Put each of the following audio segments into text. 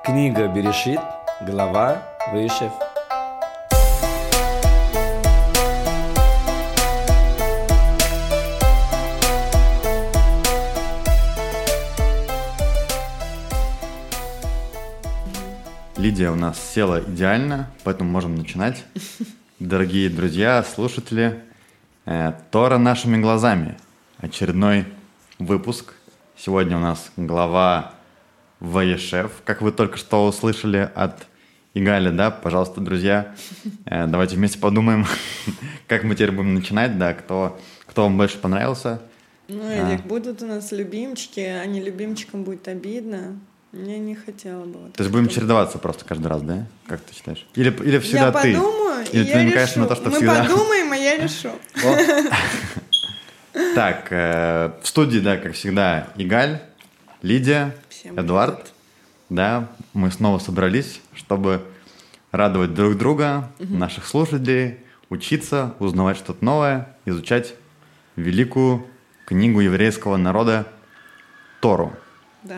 Книга Берешит, глава Ваишев. Лидия у нас села идеально, поэтому можем начинать. Дорогие друзья, слушатели, Тора нашими глазами. Очередной выпуск. Сегодня у нас глава Ваишев, как вы только что услышали от Игаля, да? Пожалуйста, друзья, давайте вместе подумаем, как мы теперь будем начинать, да, кто вам больше понравился. Эдик, будут у нас любимчики, а не любимчикам будет обидно. Я не хотела бы. То есть будем чередоваться просто каждый раз, да? Как ты считаешь? Или всегда я ты? Я подумаю, или и я решу. На то, что мы всегда... подумаем, а я решу. Так, в студии, да, как всегда, Игаль, Лидия, Всем Эдуард. привет. Да, мы снова собрались, чтобы радовать друг друга, наших слушателей, учиться, узнавать что-то новое, изучать великую книгу еврейского народа Тору. Да.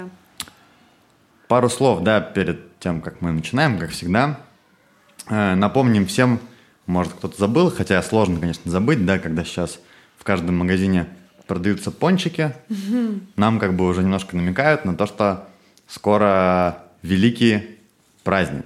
Пару слов, да, перед тем, как мы начинаем, как всегда. Напомним всем, может, кто-то забыл, хотя сложно, конечно, забыть, да, когда сейчас в каждом магазине продаются пончики. Нам как бы уже немножко намекают на то, что скоро великий праздник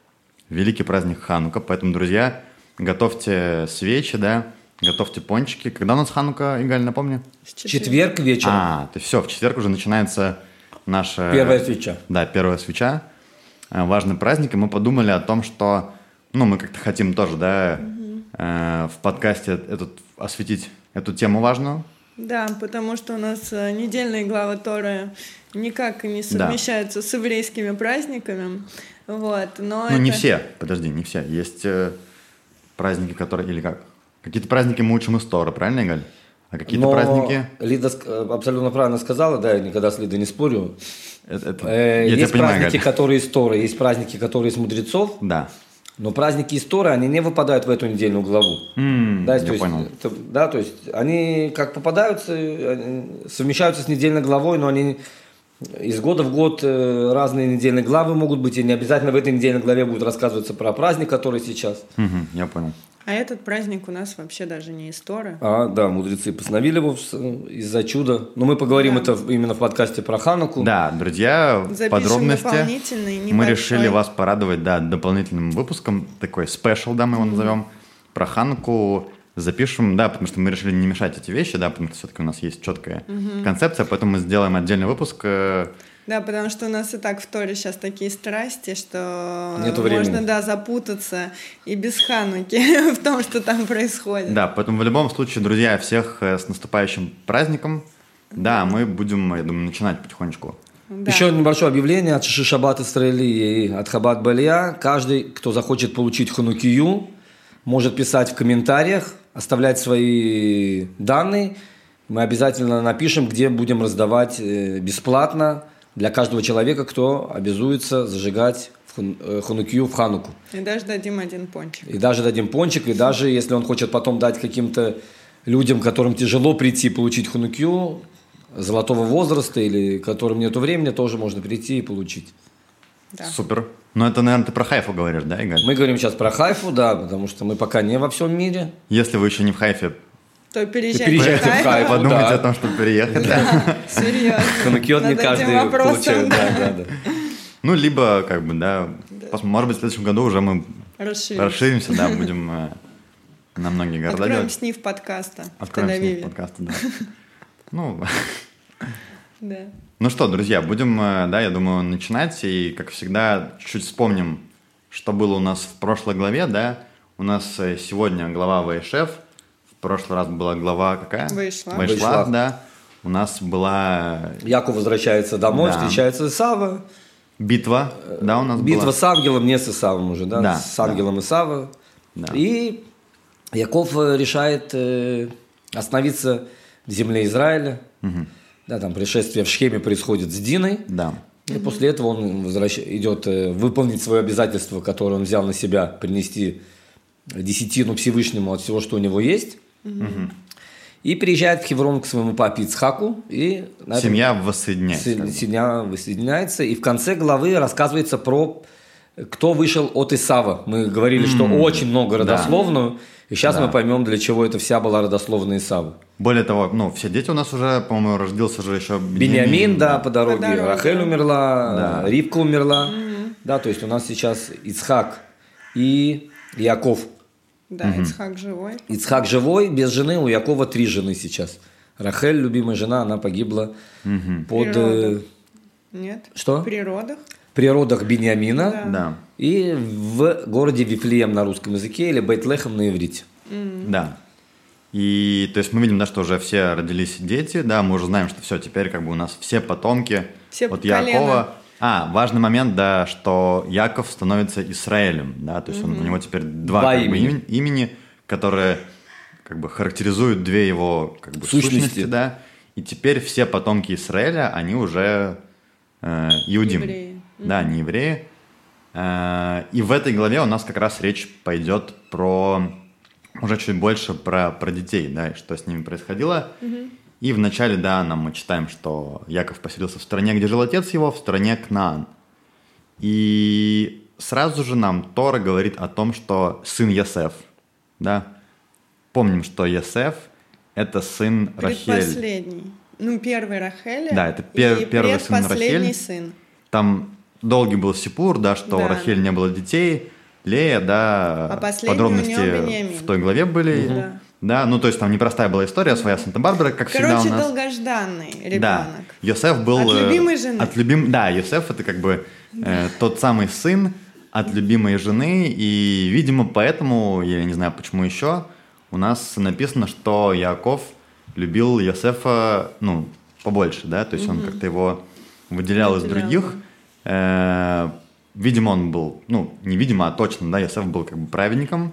Ханука. Поэтому, друзья, готовьте свечи, да, готовьте пончики. Когда у нас Ханука, Игаль, напомни? Четверг вечером. То есть все, в четверг уже начинается наша... Первая свеча. Да, первая свеча. Важный праздник. И мы подумали о том, что мы как-то хотим тоже, да, в подкасте осветить эту тему важную. Да, потому что у нас недельные главы Торы никак не совмещаются с еврейскими праздниками. Вот, но не все, не все. Есть праздники, которые... Или как? Какие-то праздники мы учим из Торы, правильно, Игаль? А какие-то праздники... Лида абсолютно правильно сказала, да, я никогда с Лидой не спорю. Есть праздники, которые из Торы, есть праздники, которые из мудрецов. Да. Но праздники из Торы, они не выпадают в эту недельную главу. Я понял. То есть они как попадаются, совмещаются с недельной главой, но они из года в год разные недельные главы могут быть, и не обязательно в этой недельной главе будет рассказываться про праздник, который сейчас. Я понял. А этот праздник у нас вообще даже не из Торы. Да, мудрецы постановили его из-за чуда. Но мы поговорим это именно в подкасте про Хануку. Да, друзья, Запишем подробности. Мы решили вас порадовать, да, дополнительным выпуском. Такой спешл, да, мы его назовем. Про Хануку запишем, да, потому что мы решили не мешать эти вещи, да, потому что все-таки у нас есть четкая концепция, поэтому мы сделаем отдельный выпуск. Да, потому что у нас и так в Торе сейчас такие страсти, что нету можно, времени. Запутаться и без Хануки в том, что там происходит. Да, поэтому в любом случае, друзья, всех с наступающим праздником. Да, мы будем, я думаю, начинать потихонечку. Да. Еще небольшое объявление от Шиши Шаббат Исраэли и от Хаббат Балия. Каждый, кто захочет получить Ханукию, может писать в комментариях, оставлять свои данные. Мы обязательно напишем, где будем раздавать бесплатно для каждого человека, кто обязуется зажигать Ханукию в Хануку. И даже дадим один пончик. И даже если он хочет потом дать каким-то людям, которым тяжело прийти получить Ханукию, золотого возраста или которым нету времени, тоже можно прийти и получить. Да. Супер. Это, наверное, ты про Хайфу говоришь, да, Игаль? Мы говорим сейчас про Хайфу, да, потому что мы пока не во всем мире. Если вы еще не в Хайфе, то переезжайте в Хайфу. Подумайте о том, чтобы переехать. Да, серьезно. Ханукиот не каждый получает. Да. Либо, может быть, в следующем году уже мы расширимся, да, будем на многие города делать. делать. сниф подкаста в Тель-Авиве. Сниф подкаста, да. Ну что, друзья, будем, да, я думаю, начинать. И, как всегда, чуть вспомним, что было у нас в прошлой главе, да. У нас сегодня глава Ваишев. В прошлый раз была глава какая? Ваишлах, да. У нас была... Яков возвращается домой, да. Встречается с Исавом. Битва, да, у нас Битва была. с ангелом, не с Исавом уже, да? Да, с ангелом Исава. Да. И Яков решает остановиться в земле Израиля. Да, там пришествие в Шхеме происходит с Диной. Да. И после этого он идет выполнить свое обязательство, которое он взял на себя, принести десятину Всевышнему от всего, что у него есть. и приезжает в Хеврон к своему папе Ицхаку. И семья воссоединяется. Семья воссоединяется, и в конце главы рассказывается про кто вышел от Исава. Мы говорили, что очень много родословную, и сейчас мы поймем, для чего это вся была родословная Исава. Более того, все дети у нас уже, по-моему, родился же еще Беньямин, по дороге. Рахель умерла, Ривка умерла. Да, то есть у нас сейчас Ицхак и Яков. Да, Ицхак живой. Ицхак живой, без жены, у Якова 3 жены сейчас. Рахель, любимая жена, она погибла под... Нет. Что? При родах Беньямина. Да. И в городе Вифлеем на русском языке, или Бейт-Лехем на иврите. Да. И то есть мы видим, что уже все родились дети, да, мы уже знаем, что все, теперь как бы у нас все потомки от Якова. Важный момент, да, что Яков становится Израилем, да, то есть у него теперь два имени, которые как бы характеризуют 2 его как бы сущности, да, и теперь все потомки Израиля, они уже иудим, да, не евреи. И в этой главе у нас как раз речь пойдет уже чуть больше про детей, да, и что с ними происходило. И вначале, мы читаем, что Яков поселился в стране, где жил отец его, в стране Кнаан. И сразу же нам Тора говорит о том, что сын Йосеф, да. Помним, что Йосеф – это сын Рахель. Предпоследний. Первый Рахель. Да, это первый сын Рахель. Сын. Там долгий был сипур, да, что у Рахель не было детей. Лея, да, подробности в той главе были. Да, то есть там непростая была история, своя Санта-Барбара, как всегда у нас. Долгожданный ребенок. Да, Йосеф был... От любимой жены. Да, Йосеф это как бы тот самый сын от любимой жены, и, видимо, поэтому, я не знаю, почему еще, у нас написано, что Яков любил Йосефа, побольше, да, то есть он как-то его выделял из других. Видимо, он был, невидимо, а точно, да, Йосеф был как бы праведником,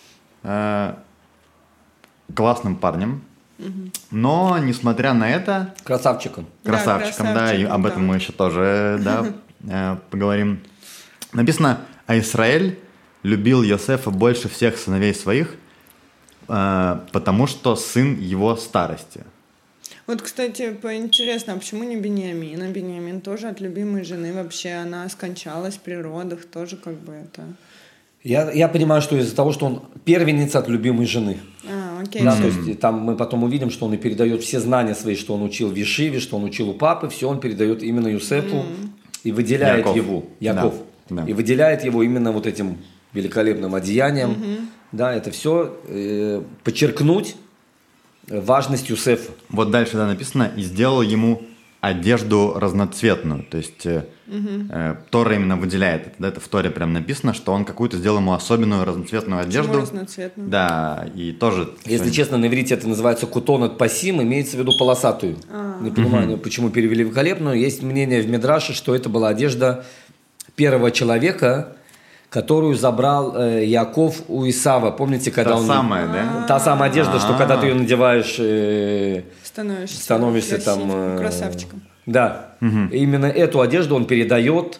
классным парнем, но, несмотря на это... Красавчиком, да, и об этом мы еще тоже, поговорим. Написано, а Израиль любил Йосефа больше всех сыновей своих, потому что сын его старости. Вот, кстати, поинтересно, а почему не Беньямин? А Беньямин тоже от любимой жены вообще, она скончалась при родах, тоже как бы это... Я понимаю, что из-за того, что он первенец от любимой жены. Окей. Да, то есть там мы потом увидим, что он и передает все знания свои, что он учил в Ешиве, что он учил у папы, все он передает именно Юсефу и выделяет его, Яков, и выделяет его именно вот этим великолепным одеянием. Да, это все подчеркнуть важность Юсефа. Вот дальше написано, и сделал ему одежду разноцветную, то есть Тора именно выделяет это, да, это в Торе прям написано, что он какую-то сделал ему особенную разноцветную одежду. Почему разноцветную? Да, и тоже... Если честно, на иврите это называется кутон от пасим, имеется в виду полосатую. Не понимаю, почему перевели великолепную. Есть мнение в Мидраше, что это была одежда первого человека, которую забрал Яков у Исава. Помните, когда та самая, да? Та самая одежда, что когда ты ее надеваешь, становишься там... красавчиком. Да. Именно эту одежду он передает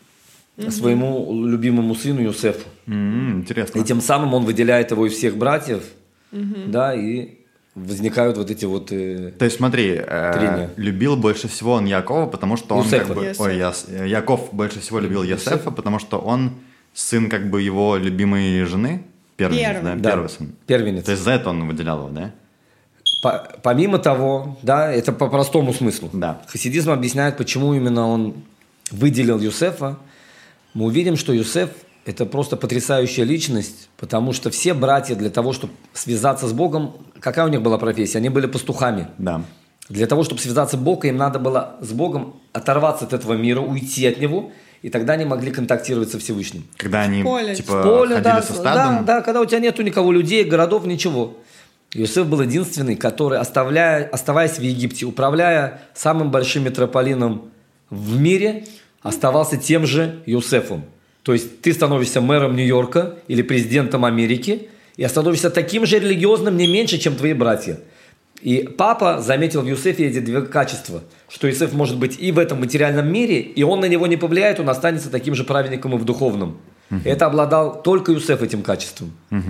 своему любимому сыну Юсефу. Интересно. И тем самым он выделяет его из всех братьев, да, и возникают вот эти вот То есть смотри, любил больше всего он Якова, потому что он Юсефа. как бы... Яков больше всего любил Йосефа, потому что он сын как бы его любимой жены, первый сын. Первенец. То есть за это он выделял его, да? Помимо того, да, это по простому смыслу. Да. Хасидизм объясняет, почему именно он выделил Юсефа. Мы увидим, что Юсеф – это просто потрясающая личность, потому что все братья для того, чтобы связаться с Богом, какая у них была профессия? Они были пастухами. Да. Для того, чтобы связаться с Богом, им надо было с Богом оторваться от этого мира, уйти от него, и тогда они могли контактировать со Всевышним. Когда они ходили со Да, стадом. да, когда у тебя нету никого, людей, городов, ничего. Иосиф был единственный, который, оставаясь в Египте, управляя самым большим метрополином в мире, оставался тем же Иосифом. То есть ты становишься мэром Нью-Йорка или президентом Америки и становишься таким же религиозным не меньше, чем твои братья. И папа заметил в Иосифе эти 2 качества, что Иосиф может быть и в этом материальном мире, и он на него не повлияет, он останется таким же праведником и в духовном. Это обладал только Иосиф этим качеством.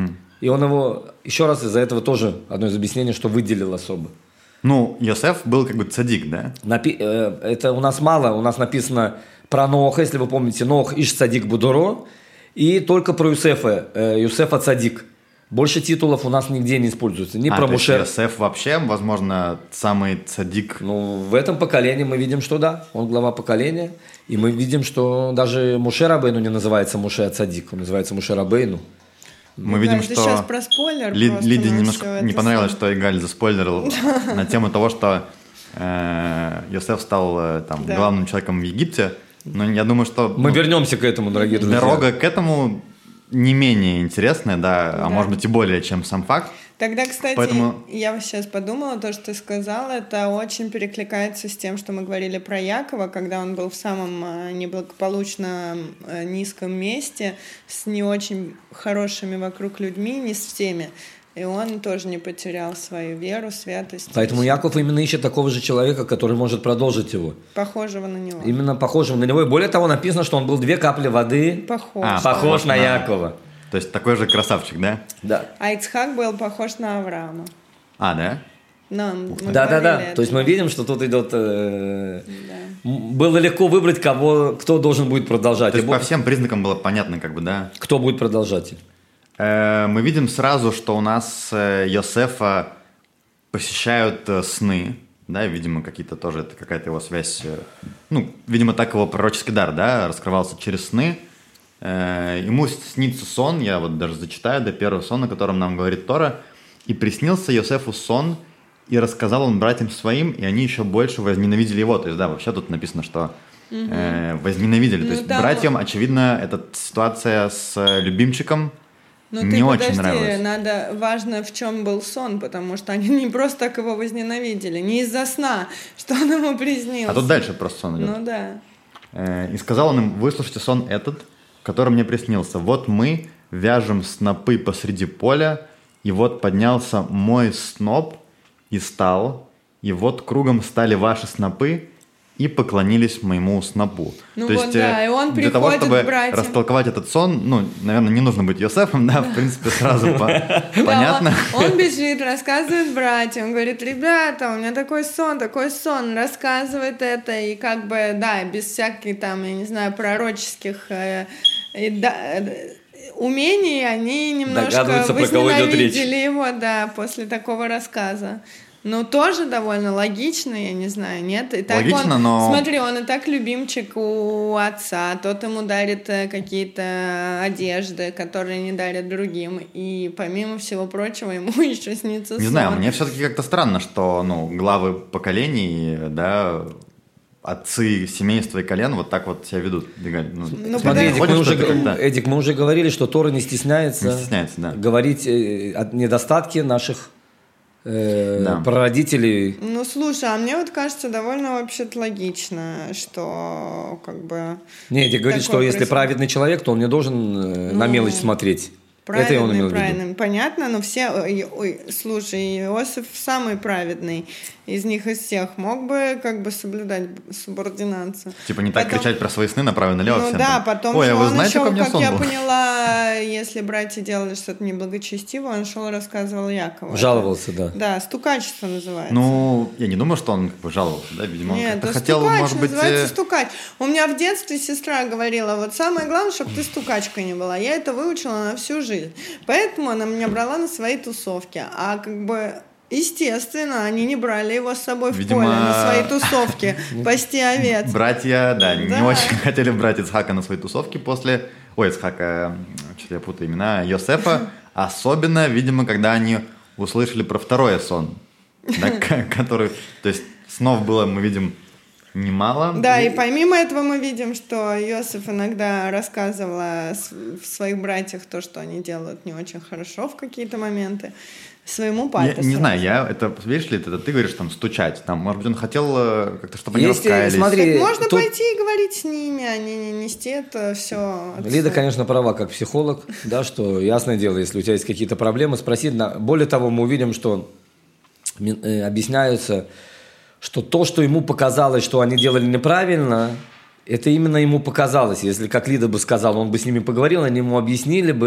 и он его, еще раз из-за этого тоже одно из объяснений, что выделил особо. Ну, Йосеф был как бы цадик, да? Это у нас мало, у нас написано про Ноха, если вы помните, Нох иш цадик будуро, и только про Юсефа, Юсефа цадик. Больше титулов у нас нигде не используется. Ни про Муше. Йосеф вообще, возможно, самый цадик. Ну, в этом поколении мы видим, что да, он глава поколения, и мы видим, что даже Муше Рабейну не называется Муше цадик, он называется Муше Рабейну. Мы видим, что сейчас про спойлер Лиде немножко не понравилось, что Игаль заспойлерил на тему того, что Йосеф стал там главным человеком в Египте. Но я думаю, что... Мы вернемся к этому, дорогие друзья. Дорога к этому не менее интересная, да, а может быть и более, чем сам факт. Тогда, кстати, я сейчас подумала, то, что ты сказал, это очень перекликается с тем, что мы говорили про Якова, когда он был в самом неблагополучном низком месте, с не очень хорошими вокруг людьми, не с всеми. И он тоже не потерял свою веру, святость. Поэтому Яков именно ищет такого же человека, который может продолжить его. Похожего на него. Именно похожего на него. И более того, написано, что он был 2 капли воды. Похож на Якова. То есть такой же красавчик, да? Да. А Ицхак был похож на Авраама. Да? Да. То есть мы видим, что тут идет... Было легко выбрать, кто должен будет продолжать. То есть по всем признакам было понятно, как бы, да? Кто будет продолжатель. Мы видим сразу, что у нас Йосефа посещают сны, да, видимо, какие-то тоже, это какая-то его связь, ну, видимо, так его пророческий дар, да, раскрывался через сны. Ему снится сон, я вот даже зачитаю, до первого сона, о котором нам говорит Тора. «И приснился Йосефу сон, и рассказал он братьям своим, и они еще больше возненавидели его». То есть, да, вообще тут написано, что возненавидели. То есть братьям, очевидно, эта ситуация с любимчиком не очень нравилась. Важно, в чем был сон, потому что они не просто так его возненавидели, не из-за сна, что он ему приснился. А тут дальше просто сон идет. Ну да. «И сказал он им: выслушайте сон этот, который мне приснился. Вот мы вяжем снопы посреди поля, и вот поднялся мой сноп и стал, и вот кругом стали ваши снопы, и поклонились моему снопу». Ну то вот, есть, да, и он для того, чтобы братьям. растолковать этот сон, ну, наверное, не нужно быть Йосефом, да, в принципе, сразу понятно. Он бежит, рассказывает братьям, говорит: ребята, у меня такой сон, рассказывает это, и как бы, да, без всяких там, я не знаю, пророческих умений они немножко возненавидели его, да, после такого рассказа. Ну, тоже довольно логично, я не знаю, нет? И так логично, он, но... Смотри, он и так любимчик у отца, тот ему дарит какие-то одежды, которые не дарят другим, и помимо всего прочего ему еще снится сон. Не знаю, мне все-таки как-то странно, что, ну, главы поколений, да, отцы семейства и колен вот так вот себя ведут. Ну, смотри, Эдик, мы уже говорили, что Тора не стесняется, да, говорить о недостатке наших прародителей. Ну, слушай, а мне вот кажется довольно вообще-то логично, что как бы... Не, Эдик говорит, что если праведный человек, то он не должен на мелочь смотреть. Это он имел в виду. Понятно, но все... Ой, слушай, Иосиф самый праведный из них, из всех. Мог бы как бы соблюдать субординацию. Типа не так кричать про свои сны направо-налево. Ну да, потом ой, же а вы он знаете, еще, как я поняла, если братья делали что-то неблагочестиво, он шел и рассказывал Якову. Жаловался, да. Да, стукачество называется. Ну, я не думаю, что он как бы жаловался, да, видимо, он как-то хотел, может быть... называется стукач. У меня в детстве сестра говорила: вот самое главное, чтобы ты стукачкой не была. Я это выучила на всю жизнь. Поэтому она меня брала на свои тусовки. А как бы... Естественно, они не брали его с собой в поле на свои тусовки пасти овец. Братья, да, не очень хотели брать Ицхака на свои тусовки после... Ой, Ицхака, что-то я путаю имена, Йосефа. Особенно, видимо, когда они услышали про второй сон, который... То есть снов было, мы видим, немало. Да, и помимо этого мы видим, что Йосеф иногда рассказывал о своих братьях то, что они делают не очень хорошо в какие-то моменты. Своему папе. Не знаю, видишь ли, это ты говоришь, там, стучать. Там, может быть, он хотел как-то, чтобы они раскаялись. Смотри, можно пойти и говорить с ними, а не нести это все. Лида, конечно, права, как психолог, да, что ясное дело, если у тебя есть какие-то проблемы, спросить. Более того, мы увидим, что объясняются, что то, что ему показалось, что они делали неправильно, это именно ему показалось. Если, как Лида бы сказала, он бы с ними поговорил, они ему объяснили бы,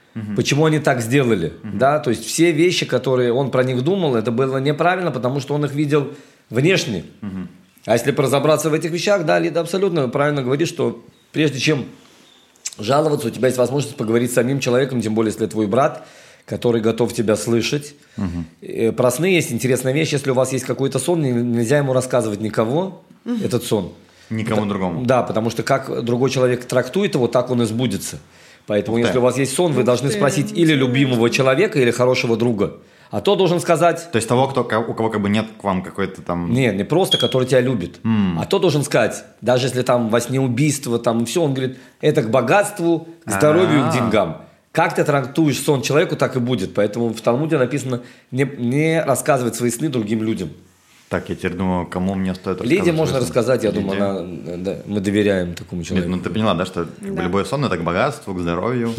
почему они так сделали. Да? То есть все вещи, которые он про них думал, это было неправильно, потому что он их видел внешне. А если разобраться в этих вещах, да, Лида абсолютно правильно говорит, что прежде чем жаловаться, у тебя есть возможность поговорить с самим человеком, тем более, если твой брат, который готов тебя слышать. Про сны есть интересная вещь. Если у вас есть какой-то сон, нельзя ему рассказывать никого этот сон. Никому другому. Да, потому что как другой человек трактует его, так он и сбудется. Поэтому, если у вас есть сон, вы должны спросить или любимого человека, или хорошего друга. А то должен сказать... То есть того, у кого как бы нет к вам какой-то там... Нет, не просто, который тебя любит. А то должен сказать, даже если там во сне убийство, там все, он говорит, это к богатству, к здоровью, к деньгам. Как ты трактуешь сон человеку, так и будет. Поэтому в Талмуде написано не рассказывать свои сны другим людям. Так, я теперь думаю, кому мне стоит рассказать. Лиде можно рассказать, я думаю, мы доверяем такому человеку. Ну, ты поняла, да, что любой сон – это к богатству, к здоровью.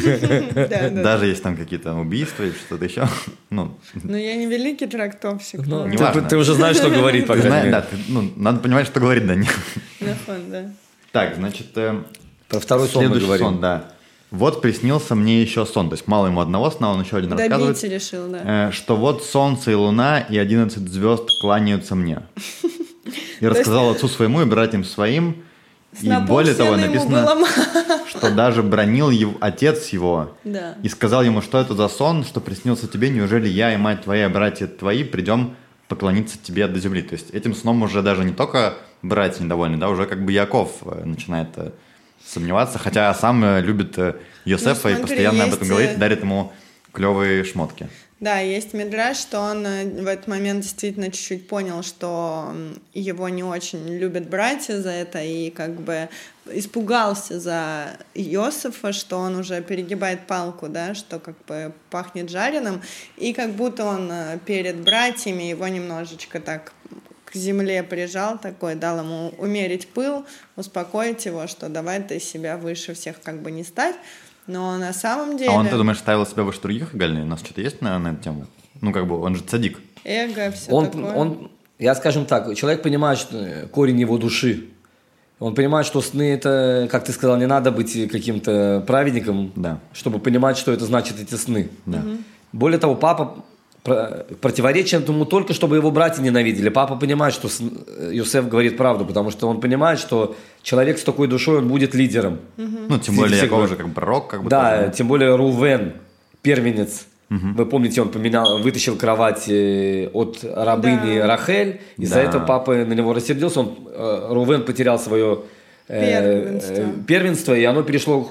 Даже если там какие-то убийства или что-то еще. Ну, я не великий трактовщик. Ты уже знаешь, что говорить, по крайней мере. Да, надо понимать, что говорит, да. Да. Так, значит, про второй сон мы говорим. Сон, да. Вот приснился мне еще сон. То есть мало ему одного сна, он еще один рассказывает. Добить решил, да. Что вот солнце и луна и 11 звезд кланяются мне. И рассказал отцу своему и братьям своим. И более того, написано, что даже бронил отец его. И сказал ему, что это за сон, что приснился тебе, неужели я и мать твоя, братья твои придем поклониться тебе до земли. То есть этим сном уже даже не только братья недовольны, да, уже как бы Яков начинает сомневаться, хотя сам любит Йосефа и постоянно об этом говорит, дарит ему клевые шмотки. Да, есть мидраш, что он в этот момент действительно чуть-чуть понял, что его не очень любят братья за это, и как бы испугался за Йосефа, что он уже перегибает палку, да, что как бы пахнет жареным, и как будто он перед братьями его немножечко так к земле прижал такой, дал ему умерить пыл, успокоить его, что давай ты себя выше всех как бы не ставь. Но на самом деле... А он, ты думаешь, ставил себя выше других, Галина? У нас что-то есть на эту тему? Ну, как бы, он же цадик. Эго, все такое. Я скажем так, человек понимает, что корень его души. Он понимает, что сны это, как ты сказал, не надо быть каким-то праведником, чтобы понимать, что это значит эти сны. Да. Более того, папа противоречит этому только, чтобы его братья ненавидели. Папа понимает, что Йосеф говорит правду, потому что он понимает, что человек с такой душой, он будет лидером. Ну, тем более Яков уже как пророк. Как бы да, тоже. Тем более Рувен, первенец. Вы помните, он вытащил кровать от рабыни Рахель. Из-за этого папа на него рассердился. Рувен потерял свое первенство, и оно перешло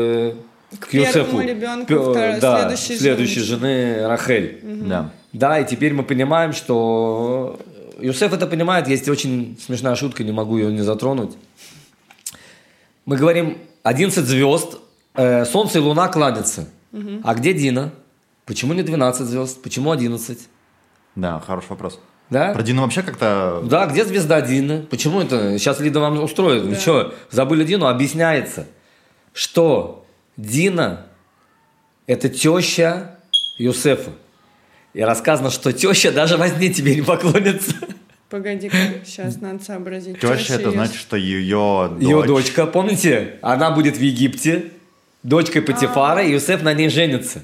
к Йосефу, ребенку следующей жены Рахель. Да, и теперь мы понимаем, что Йосеф это понимает. Есть очень смешная шутка, не могу ее не затронуть. Мы говорим 11 звезд, солнце и луна кланятся. А где Дина? Почему не 12 звезд? Почему 11? Да, хороший вопрос. Да? Про Дину вообще как-то... Да, где звезда Дины? Почему это? Сейчас Лида вам устроит. Вы что, забыли Дину? Объясняется, что Дина – это теща Йосефа. И рассказано, что теща даже во сне тебе не поклонится. Погоди-ка, сейчас надо сообразить. Теща – это значит, что ее дочь... Ее дочка, помните? Она будет в Египте, дочкой Потифара, и Йосеф на ней женится.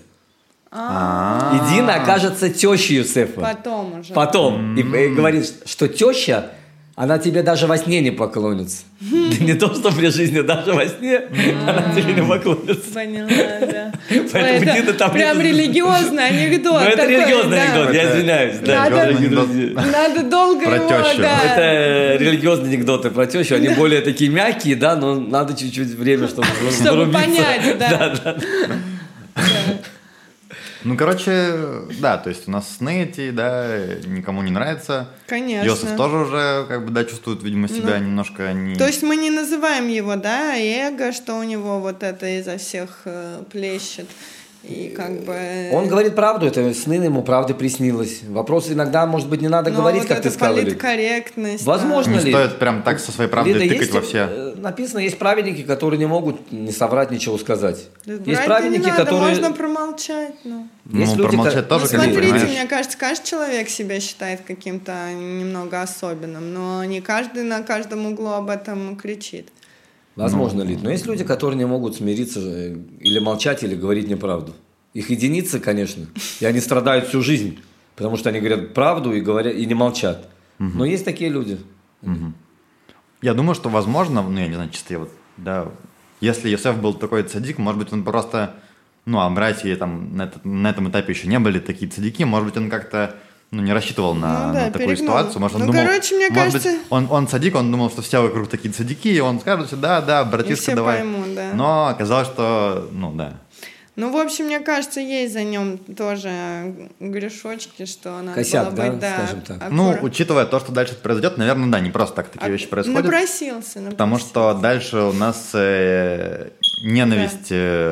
И Дина окажется тещей Йосефа. Потом уже. Потом. И говорит, что теща, она тебе даже во сне не поклонится. Не то, что при жизни, даже во сне она тебе не поклонится. Поняла, да. Поэтому Дина там... Прям религиозный анекдот. Ну, это религиозный анекдот, я извиняюсь. Надо долго его... Это религиозные анекдоты про тещу, они более такие мягкие, да, но надо чуть-чуть время, чтобы понять, да. Ну, короче, да, то есть у нас сны эти, да, никому не нравятся. Конечно. Йосеф тоже уже, как бы, да, чувствует, видимо, себя немножко не... То есть мы не называем его, да, эго, что у него вот это изо всех плещет. И как бы... Он говорит правду, это сны ему правды приснилось. Вопрос иногда, может быть, не надо говорить, вот как ты сказал. Политкорректность. Возможно ли? Не стоит прям так со своей правдой Лида, тыкать во все. Написано, есть праведники, которые не могут не соврать, ничего сказать. Да, есть праведники, которые... Можно промолчать, ну. Ну, промолчать тоже, конечно, смотрите, мне кажется, каждый человек себя считает каким-то немного особенным, но не каждый на каждом углу об этом кричит. Возможно ли. Но есть люди, которые не могут смириться или молчать, или говорить неправду. Их единицы, конечно, и они страдают всю жизнь, потому что они говорят правду и говорят и не молчат. Но есть такие люди. Я думаю, что возможно, ну я не знаю, чисто я вот, да, если Йосеф был такой цадик, может быть, он просто, ну, а братья там на этом этапе еще не были такие цадики, может быть, он как-то, ну, не рассчитывал на такую ситуацию, может, он думал, мне кажется... быть, он цадик, он думал, что все вокруг такие цадики, и он скажет, что да, братишка, давай. Поймут, да. Но оказалось, что, ну, да. Ну, в общем, мне кажется, есть за нем тоже грешочки, что надо косяк, было быть, скажем так. Ну, учитывая то, что дальше произойдет, наверное, да, не просто так такие вещи происходят. Напросился. Потому что дальше у нас ненависть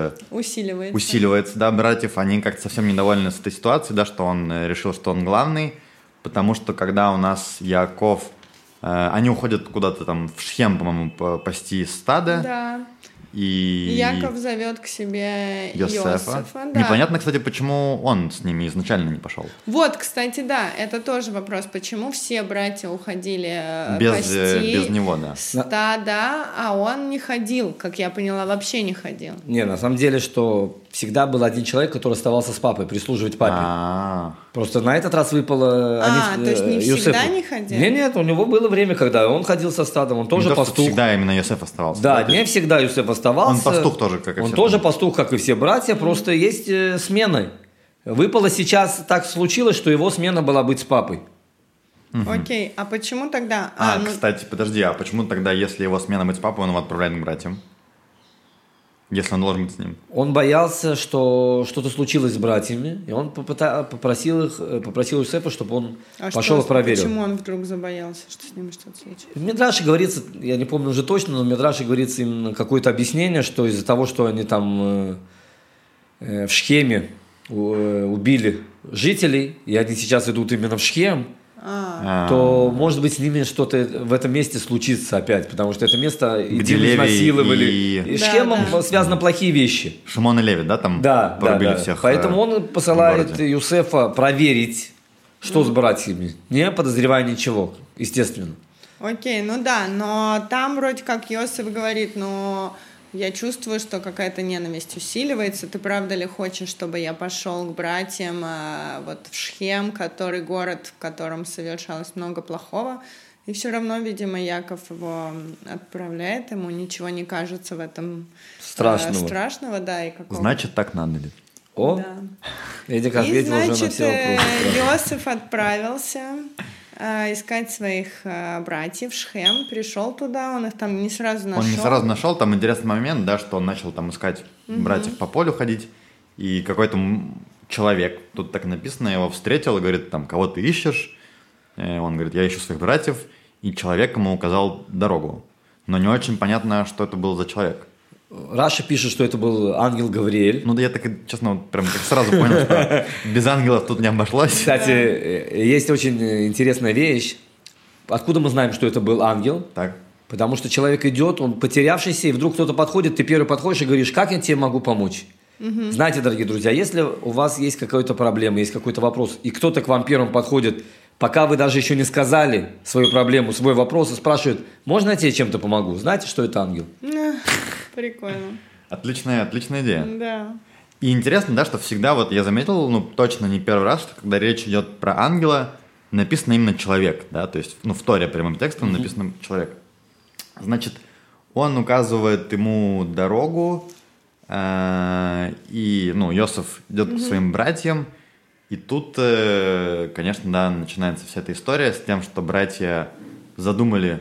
усиливается, да, братьев. Они как-то совсем недовольны с этой ситуацией, да, что он решил, что он главный. Потому что когда у нас Яаков, они уходят куда-то там в Шхем, по-моему, пасти стадо. Да. И Яков зовет к себе Йосефа. Да. Непонятно, кстати, почему он с ними изначально не пошел. Вот, кстати, да, это тоже вопрос, почему все братья уходили пасти без него, да. стада, а он не ходил, как я поняла, вообще не ходил. Не, на самом деле, что всегда был один человек, который оставался с папой, прислуживать папе. Просто на этот раз выпало... то есть не всегда не ходил? Нет, у него было время, когда он ходил со стадом, он тоже пастух. Всегда именно Йосеф оставался. Да, не всегда Йосеф оставался. Он пастух тоже, как и все. Он тоже пастух, как и все братья, просто есть смены. Выпало сейчас, так случилось, что его смена была быть с папой. Окей, а почему тогда... Кстати, подожди, а почему тогда, если его смена быть с папой, он его отправляет к братьям? Если он должен быть с ним. Он боялся, что что-то случилось с братьями, и он попросил Йосефа, чтобы он пошел и проверил. Почему он вдруг забоялся, что с ним что-то случилось? В Мидраше говорится, я не помню уже точно, но в Мидраше говорится именно какое-то объяснение, что из-за того, что они там в Шхеме убили жителей, и они сейчас идут именно в Шхем, то, может быть, с ними что-то в этом месте случится опять, потому что это место изнасиловали. И с Шхемом связаны плохие вещи. Шимон и Леви, да, там порубили всех. Поэтому он посылает Йосефа проверить, что с братьями, не подозревая ничего, естественно. Окей, ну да, но там вроде как Йосеф говорит, я чувствую, что какая-то ненависть усиливается. Ты правда ли хочешь, чтобы я пошел к братьям вот в Шхем, который город, в котором совершалось много плохого? И все равно, видимо, Яков его отправляет, ему ничего не кажется в этом страшного, да, и какого. Значит, так надо ли? Да. Эдик ответил уже на все вопросы. Йосеф отправился искать своих братьев, Шхем, пришел туда, он их там не сразу нашел. Он не сразу нашел, там интересный момент, да, что он начал там искать братьев по полю ходить, и какой-то человек, тут так написано, его встретил и говорит, там, кого ты ищешь? Он говорит, я ищу своих братьев, и человек ему указал дорогу, но не очень понятно, что это был за человек. Раша пишет, что это был ангел Гавриэль. Ну да, я так, честно, прям сразу понял, что без ангелов тут не обошлось. Кстати, есть очень интересная вещь. Откуда мы знаем, что это был ангел? Так. Потому что человек идет, он потерявшийся, и вдруг кто-то подходит, ты первый подходишь и говоришь, как я тебе могу помочь? Знаете, дорогие друзья, если у вас есть какая-то проблема, есть какой-то вопрос, и кто-то к вам первым подходит, пока вы даже еще не сказали свою проблему, свой вопрос, и спрашивает, можно я тебе чем-то помогу? Знаете, что это ангел? Прикольно. Отличная идея. Да. И интересно, да, что всегда, вот я заметил, точно не первый раз, что когда речь идет про ангела, написано именно человек, да, то есть, в Торе прямым текстом написано человек. Значит, он указывает ему дорогу, и, Йосеф идет к своим братьям, и тут, конечно, да, начинается вся эта история с тем, что братья задумали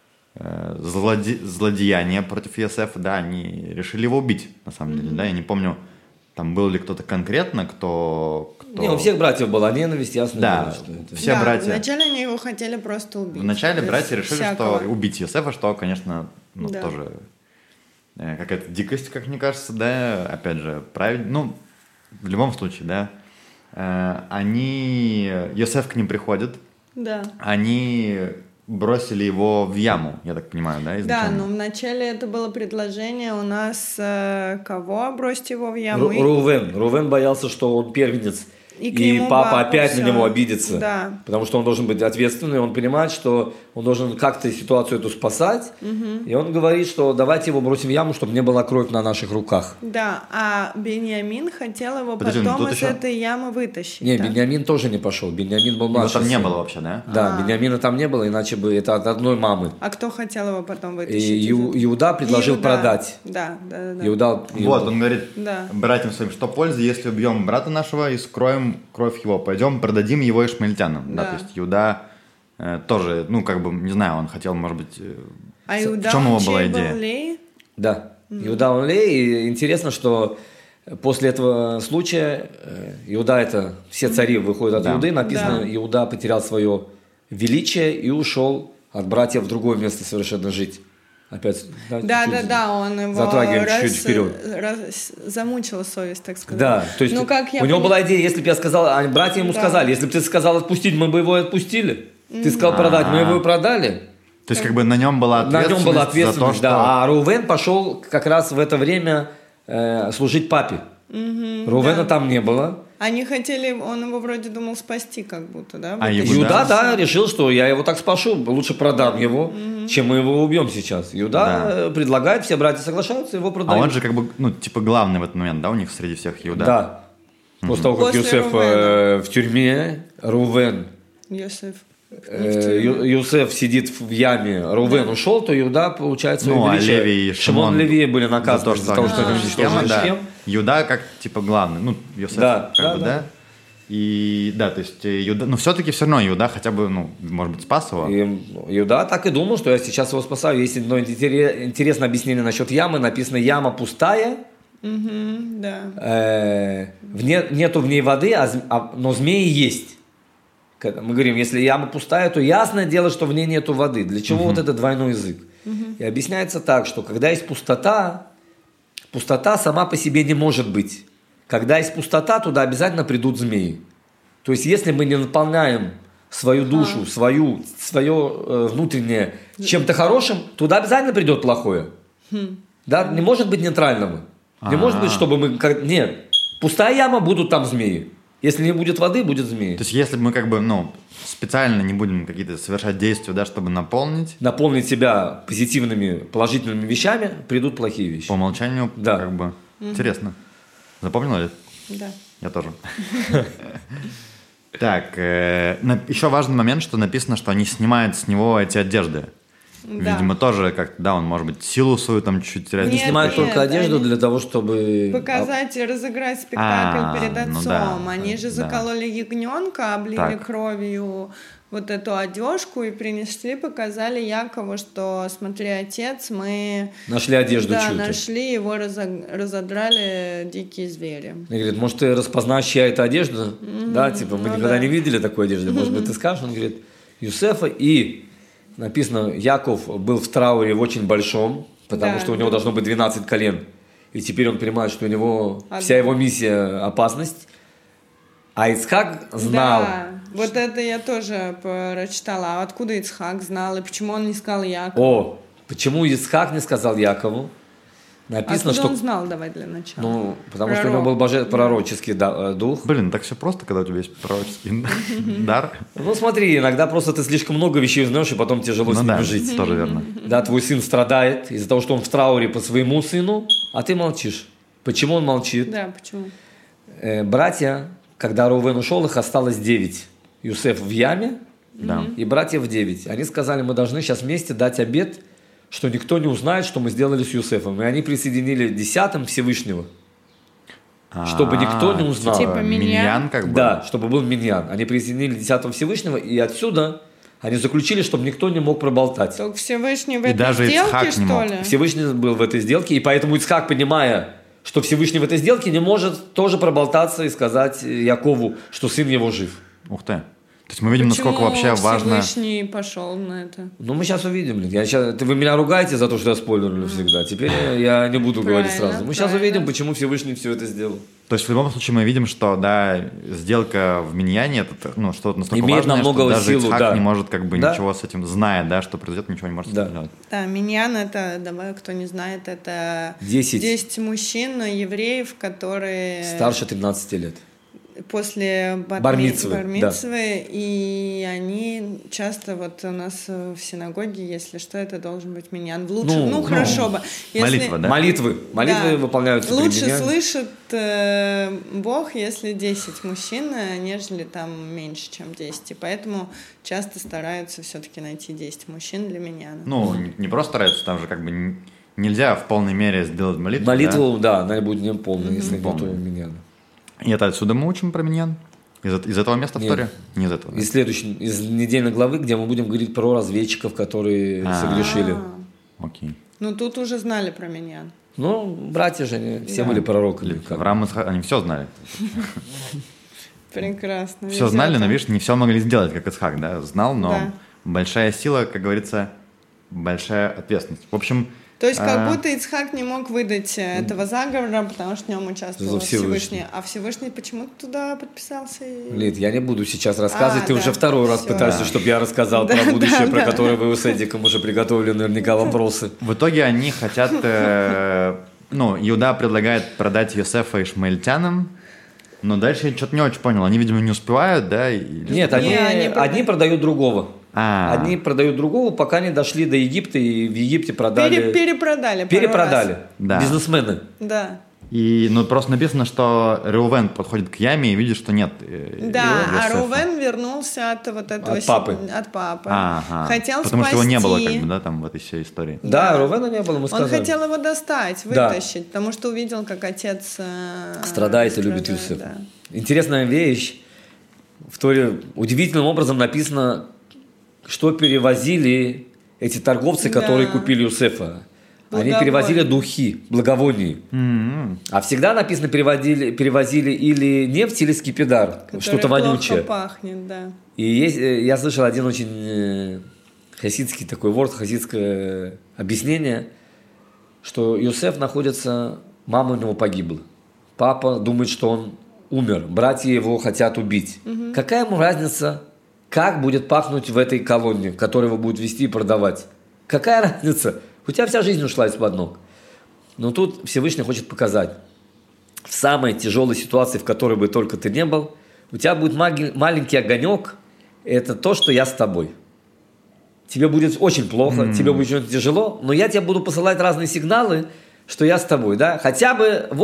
злодеяние против Йосефа, да, они решили его убить, на самом деле, да, я не помню, там был ли кто-то конкретно, кто... Не, у всех братьев была ненависть, ясно. Да, было, что это... все братья... Вначале они его хотели просто убить. Вначале братья решили, что убить Йосефа, что, конечно, тоже какая-то дикость, как мне кажется, да, опять же, правильно, в любом случае, да, Йосеф к ним приходит, да. Они бросили его в яму, я так понимаю, да, изначально? Да, но вначале это было предложение у нас кого бросить его в яму? Рувен боялся, что он первенец И папа опять на него обидится. Да. Потому что он должен быть ответственный, он понимает, что он должен как-то ситуацию эту спасать. И он говорит, что давайте его бросим в яму, чтобы не была кровь на наших руках. Да, а Беньямин хотел его потом из этой ямы вытащить. Не, да? Беньямин тоже не пошел. Беньямин был младший. Его там не было вообще, да? Да, Беньямина там не было, иначе бы это от одной мамы. А кто хотел его потом вытащить? И Иуда предложил продать. Да. Иуда. Вот, он говорит братьям своим, что пользы, если убьем брата нашего и скроем кровь его, пойдем продадим его ишмаильтянам. Да, то есть Иуда тоже, ну, как бы, не знаю, он хотел, может быть, в чем его была идея? Да, Иуда он Лей, и интересно, что после этого случая Иуда, это все цари выходят от Иуды, написано, Иуда потерял свое величие и ушел от братьев в другое место совершенно жить. Опять, да, он его затрагиваем чуть-чуть вперед. Замучила совесть, так сказать. Да, то есть у него была идея, если бы я сказал, братья ему сказали, если бы ты сказал отпустить, мы бы его отпустили. Ты сказал продать, мы его и продали. То есть как бы на нем была ответственность, за то, что... Да. А Рувен пошел как раз в это время служить папе. Рувена там не было. Они хотели, он его вроде думал спасти как будто, да? Иуда, решил, что я его так спашу, лучше продам его, чем мы его убьем сейчас. Иуда предлагает, все братья соглашаются, его продают. А он же как бы, ну, типа главный в этот момент, да, у них среди всех Иуда? Да. После того, как Йосеф в тюрьме, Рувен... Йосеф сидит в яме, Рувен ушел, то Иуда получает свое величие. А Леви и Шимон Леви были наказаны за то, что они уничтожили Шхем. Иуда как типа главный, ну, Йосеф как бы, да. И да, то есть Иуда, но все-таки все равно Иуда хотя бы, ну, может быть, спас его. И Иуда так и думал, что я сейчас его спасаю. Есть одно интересное объяснение насчет ямы. Написано, яма пустая. Нету в ней воды, но змеи есть. Мы говорим, если яма пустая, то ясное дело, что в ней нету воды. Для чего вот этот двойной язык? И объясняется так, что когда есть пустота, пустота сама по себе не может быть. Когда есть пустота, туда обязательно придут змеи. То есть, если мы не наполняем свою душу, свое внутреннее чем-то хорошим, туда обязательно придет плохое. Да? Не может быть нейтрального. Не может быть, чтобы мы... Нет. Пустая яма, будут там змеи. Если не будет воды, будет змеи. То есть, если мы как бы, ну, специально не будем какие-то совершать действия, да, чтобы наполнить себя позитивными, положительными вещами, придут плохие вещи. По умолчанию, да. Как бы. Интересно. Запомнила ли? Да. Я тоже. Так, еще важный момент, что написано, что они снимают с него эти одежды. Да. Видимо, тоже как-то, да, он, может быть, силу свою там чуть-чуть теряет. Они снимают только одежду для того, чтобы... Показать и разыграть спектакль перед отцом. Они же закололи ягненка, облили кровью вот эту одежку и принесли, показали Якову, что, смотри, отец, мы... Нашли одежду чью-то. Да, нашли, его разодрали дикие звери. И говорит, может, ты распознаешь, чья это одежда? Да, типа, мы никогда не видели такой одежды. Может быть, ты скажешь? Он говорит, Юсефа. И написано, Яков был в трауре в очень большом, потому что у него должно быть 12 колен. И теперь он понимает, что у него вся его миссия – опасность. А Ицхак знал. Да, вот это я тоже прочитала. А откуда Ицхак знал? И почему он не сказал Якову? Почему Ицхак не сказал Якову? Написано, откуда он знал, давай для начала? Ну, потому что у него был пророческий дух. Блин, так все просто, когда у тебя есть пророческий дар. Ну, смотри, иногда просто ты слишком много вещей узнаешь, и потом тяжело с ними жить. Тоже верно. Да, твой сын страдает из-за того, что он в трауре по своему сыну, а ты молчишь. Почему он молчит? Да, почему? Братья, когда Рувен ушел, их осталось 9. Юсеф в яме, и братья в 9. Они сказали, мы должны сейчас вместе дать обет, что никто не узнает, что мы сделали с Юсефом. И они присоединили 10 Всевышнего, чтобы никто не узнал. Типа миньян как бы? Да, чтобы был миньян. Они присоединили 10 Всевышнего, и отсюда они заключили, чтобы никто не мог проболтать. Только Всевышний в этой сделке, что ли? Всевышний был в этой сделке, и поэтому Ицхак, понимая, что Всевышний в этой сделке, не может тоже проболтаться и сказать Якову, что сын его жив. Ух ты. То есть мы видим, насколько вообще важно... Всевышний пошел на это? Ну, мы сейчас увидим. Вы меня ругаете за то, что я спойлерю всегда. Теперь я не буду говорить сразу. Мы сейчас увидим, почему Всевышний все это сделал. То есть в любом случае мы видим, что, да, сделка в миньяне, это что-то настолько имеет важное, намного что даже силу, Ицхак не может как бы ничего с этим, зная, да, что произойдет, ничего не может сделать. Да, миньян это, давай, кто не знает, это 10 мужчин, евреев, которые... Старше 13 лет. после бар-мицвы, да. И они часто вот у нас в синагоге, если что, это должен быть миньян. Лучше, хорошо бы. Если... Молитва, да? Молитвы да. Выполняются. Лучше слышит Бог, если 10 мужчин, нежели там меньше, чем 10. И поэтому часто стараются все-таки найти 10 мужчин для миньяна. Не просто стараются, там же как бы нельзя в полной мере сделать молитву. Молитву, да, она будет не полной, если нету миньяна. И это отсюда мы учим про миньян? Из этого места в Торе? Не из этого. Из недельной главы, где мы будем говорить про разведчиков, которые согрешили. Окей. Тут уже знали про миньян. Братья же, они все были пророками. Авраам, они все знали. Прекрасно. Все знали, но, видишь, не все могли сделать, как Ицхак, да? Знал, но большая сила, как говорится, большая ответственность. В общем... То есть как будто Ицхак не мог выдать этого заговора, потому что в нем участвовал Всевышний. А Всевышний почему-то туда подписался? Лид, я не буду сейчас рассказывать. Ты уже второй раз пытаешься, чтобы я рассказал про будущее, про которое вы с Эдиком уже приготовили наверняка вопросы. В итоге они хотят... Иуда предлагает продать Йосефа ишмаэльтянам, но дальше я что-то не очень понял. Они, видимо, не успевают, да? Нет, одни продают другого. Одни продают другого, пока не дошли до Египта, и в Египте продали... Перепродали. Да. Бизнесмены. Да. И просто написано, что Реувен подходит к яме и видит, что нет. Да, Реувен вернулся от вот этого... От папы. От папы. Хотел потому спасти... что его не было, как бы, да, там в этой всей истории. Да, Реувена не было, мы сказали. Он хотел его достать, вытащить, потому что увидел, как отец... страдает и любит Юсефа. Да. Интересная вещь. В Торе удивительным образом написано, что перевозили эти торговцы, которые купили Юсефа. Они перевозили духи, благовония. А всегда написано, перевозили или нефть, или скипидар, что-то вонючее. Пахнет, да. И я слышал один очень хасидский такой ворд, хасидское объяснение, что Йосеф находится, мама у него погибла. Папа думает, что он умер, братья его хотят убить. Какая ему разница, как будет пахнуть в этой колонне, которую его будут вести и продавать? Какая разница? У тебя вся жизнь ушла из-под ног. Но тут Всевышний хочет показать. В самой тяжелой ситуации, в которой бы только ты не был, у тебя будет маленький огонек. Это то, что я с тобой. Тебе будет очень плохо, тебе будет очень тяжело, но я тебе буду посылать разные сигналы, что я с тобой. Да? Хотя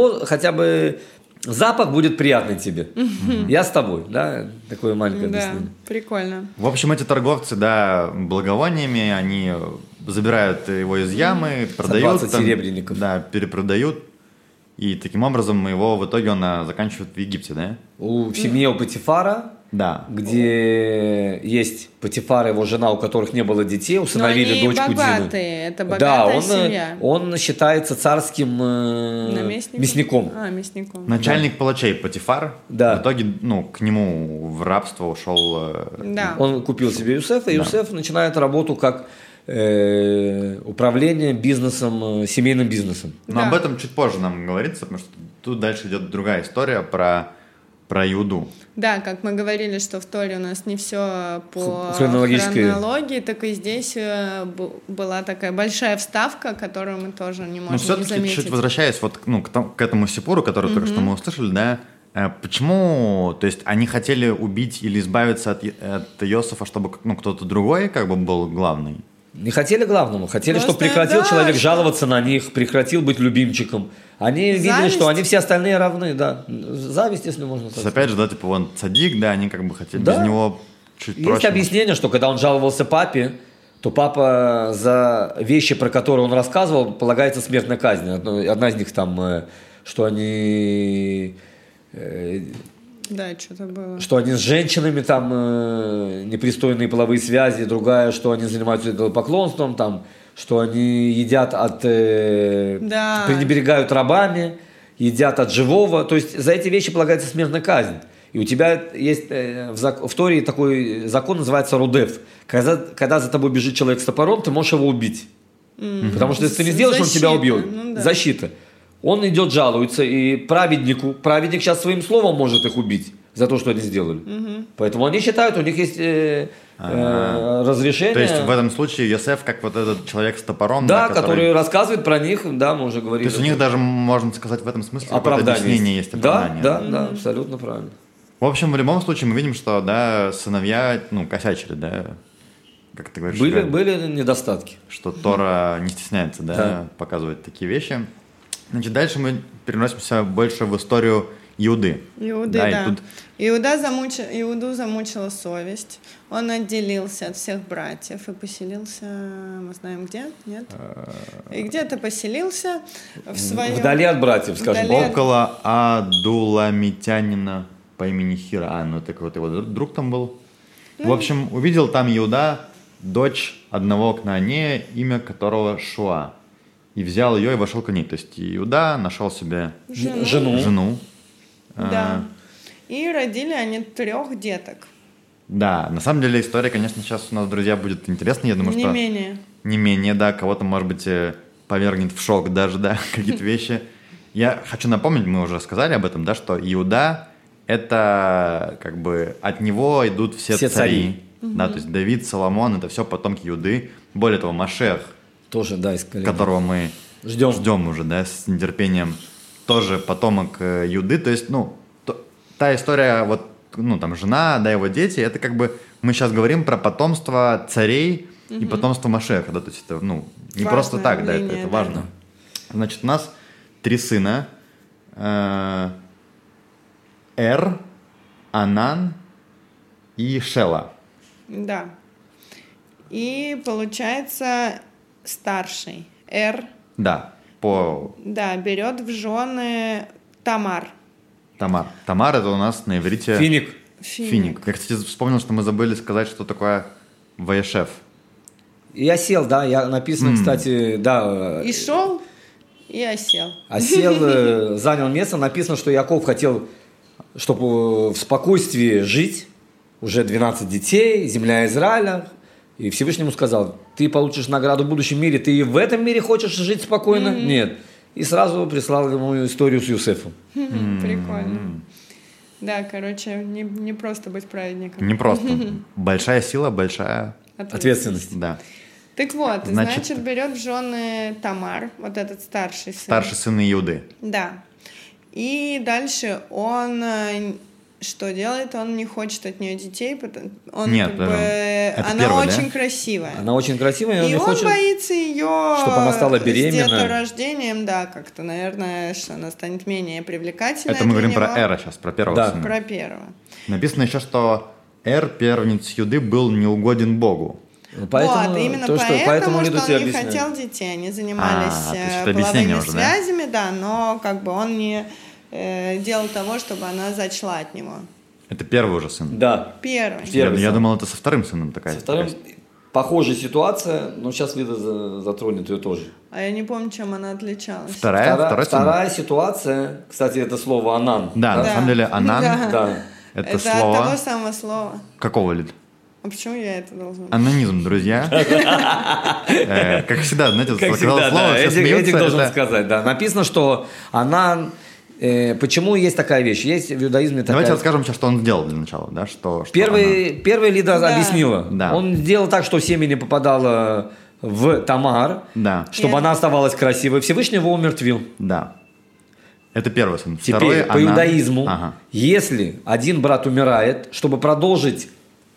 бы запах будет приятный тебе. Я с тобой. Да? Такое маленькое объяснение. Да, прикольно. В общем, эти торговцы, благовониями, они... забирают его из ямы, продают. 20 серебряников. Да, перепродают. И таким образом его в итоге он заканчивает в Египте, да? В семье у Патифара, где есть Патифар и его жена, у которых не было детей, усыновили дочку Дины. Это богатая семья. Он считается царским мясником. Мясником. Начальник палачей Патифар. Да. В итоге к нему в рабство ушел. Да. Он купил себе Юсефа, и Юсеф начинает работу как управление бизнесом, семейным бизнесом. Но об этом чуть позже нам говорится, потому что тут дальше идет другая история про Иуду. Да, как мы говорили, что в Торе у нас не все по хронологии, так и здесь была такая большая вставка, которую мы тоже не можем не заметить. Но все-таки чуть возвращаясь к этому сипуру, который только что мы услышали, да, почему, то есть они хотели убить или избавиться от Йосефа, чтобы кто-то другой как бы был главный? Не хотели главному, хотели, чтобы прекратил человек жаловаться на них, прекратил быть любимчиком. Они видели, что они все остальные равны, да. Зависть, если можно сказать. Опять же, да, типа он цадик, да, они как бы хотели без него чуть проще. Есть объяснение, что когда он жаловался папе, то папа за вещи, про которые он рассказывал, полагается смертная казнь. Одна из них там, что они... Да, что-то было. Что они с женщинами там непристойные половые связи, другая, что они занимаются идолопоклонством, там, что они едят пренебрегают рабами, едят от живого. То есть за эти вещи полагается смертная казнь. И у тебя есть в Торе такой закон, называется рудев. Когда за тобой бежит человек с топором, ты можешь его убить. Потому что если ты не сделаешь, он тебя убьет. Защита. Он идет, жалуется, и праведник сейчас своим словом может их убить за то, что они сделали. Поэтому они считают, у них есть разрешение. То есть в этом случае Йосеф как вот этот человек с топором. Да, который рассказывает про них, да, мы уже говорили. То есть у них даже, можно сказать, в этом смысле оправдание. Объяснение есть оправдание. Да, абсолютно правильно. В общем, в любом случае мы видим, что, да, сыновья, косячили, да, как ты говоришь. Были недостатки. Что Тора не стесняется, да, показывать такие вещи. Значит, дальше мы переносимся больше в историю Иуды. Да. Иуду замучила совесть. Он отделился от всех братьев и поселился, мы знаем где, нет? И где-то поселился в своем... Вдали от братьев, скажем. Около Адуламитянина по имени Хира. Это какой-то его друг там был. В общем, увидел там Иуда дочь одного кнаанея, имя которого Шуа. И взял ее и вошел к ней. То есть Иуда нашел себе жену. Да. И родили они 3 деток. Да, на самом деле история, конечно, сейчас у нас, друзья, будет интересна. Я думаю, не что... Не менее, да. Кого-то, может быть, повергнет в шок даже, да, какие-то вещи. Я хочу напомнить, мы уже сказали об этом, да, что Иуда – это как бы от него идут все цари. Да, то есть Давид, Соломон – это все потомки Иуды. Более того, Машех, тоже, да, которого мы ждем уже, да, с нетерпением, тоже потомок Иуды. То есть, та история, вот, там, жена, да, его дети, это как бы мы сейчас говорим про потомство царей и потомство Машеха, да, то есть это, не важное просто так, да, это важно. Значит, у нас 3 сына: Эр, Анан и Шела. Да. И получается старший Эр. Да, берет в жены Тамар. Тамар это у нас на иврите... Финик. Я, кстати, вспомнил, что мы забыли сказать, что такое Ваешев. И осел, да, написано, кстати, да. И шел, и осел. Осел занял место, написано, что Яков хотел, чтобы в спокойствии жить, уже 12 детей, земля Израиля, и Всевышнему сказал: ты получишь награду в будущем мире, ты и в этом мире хочешь жить спокойно? Нет. И сразу прислал ему историю с Юсефом. Прикольно. Да, короче, не просто быть праведником. Не просто. Большая сила, большая ответственность. Да. Так вот, значит, берет в жены Тамар, вот этот старший сын. Старший сын Иуды. Да. И дальше он что делает? Он не хочет от нее детей, она очень красивая. Она очень красивая, и он хочет, боится ее, чтобы она стала беременной. С деторождением, да, как-то, наверное, что она станет менее привлекательной. Это мы говорим про Эра сейчас, про первого сына. Про первого. Написано еще, что Эр, первенец Юды, был неугоден Богу. Поэтому, именно поэтому что он не хотел детей, они занимались половыми связями, да, но как бы он не делал того, чтобы она зачла от него. Это первый уже сын? Да. Первый. Я думал, это со вторым сыном такая. Со вторым похожая ситуация, но сейчас видно затронет ее тоже. А я не помню, чем она отличалась. Вторая ситуация, кстати, это слово «анан». Да, на самом деле «анан» это слово... от того самого слова. Какого лет? А почему я это должна? Анонизм, друзья. Как всегда, знаете, сказал слово, все смеются. Этих должен сказать, да. Написано, что «анан». Почему есть такая вещь? Есть в иудаизме такая... Давайте расскажем сейчас, что он сделал для начала. Да? Первая Лида объяснила. Да. Он сделал так, что семя не попадало в Тамар, чтобы она оставалась красивой. Всевышний его умертвил. Да. Это первый сын. Теперь по иудаизму, если один брат умирает, чтобы продолжить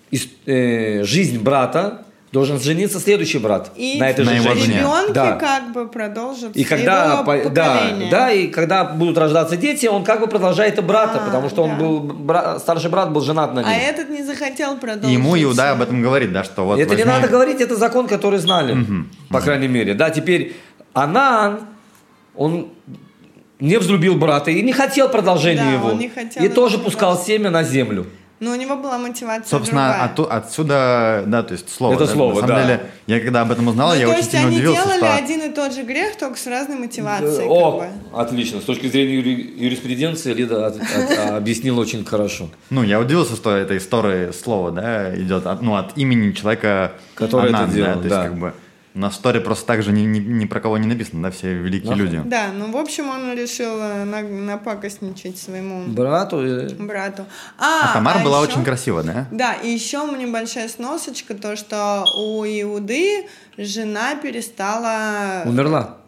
жизнь брата, должен жениться следующий брат на этой же женщине. И ребенки как бы продолжат и когда, и когда будут рождаться дети, он как бы продолжает и брата, потому что он был старший брат был женат на ней. А этот не захотел продолжить. Ему Иуда об этом говорит, да, что вот. Это не надо говорить, это закон, который знали, по крайней мере. Да, теперь Анан, он не взлюбил брата и не хотел продолжения его, и тоже пускал семя на землю. Но у него была мотивация собственно, отсюда, да, то есть слово. Это слово, на самом деле, я когда об этом узнал, я очень сильно удивился. То есть они делали один и тот же грех, только с разной мотивацией. Отлично. С точки зрения юриспруденции Лида объяснила очень хорошо. Я удивился, что эта история слова, да, идет от имени человека, который это делал, то есть как бы на истории просто так же ни про кого не написано, да, все великие люди. Да, в общем, он решил напакостничать своему брату. А Тамар была очень красива, да? Да, и еще небольшая сносочка, то, что у Иуды жена перестала... Умерла.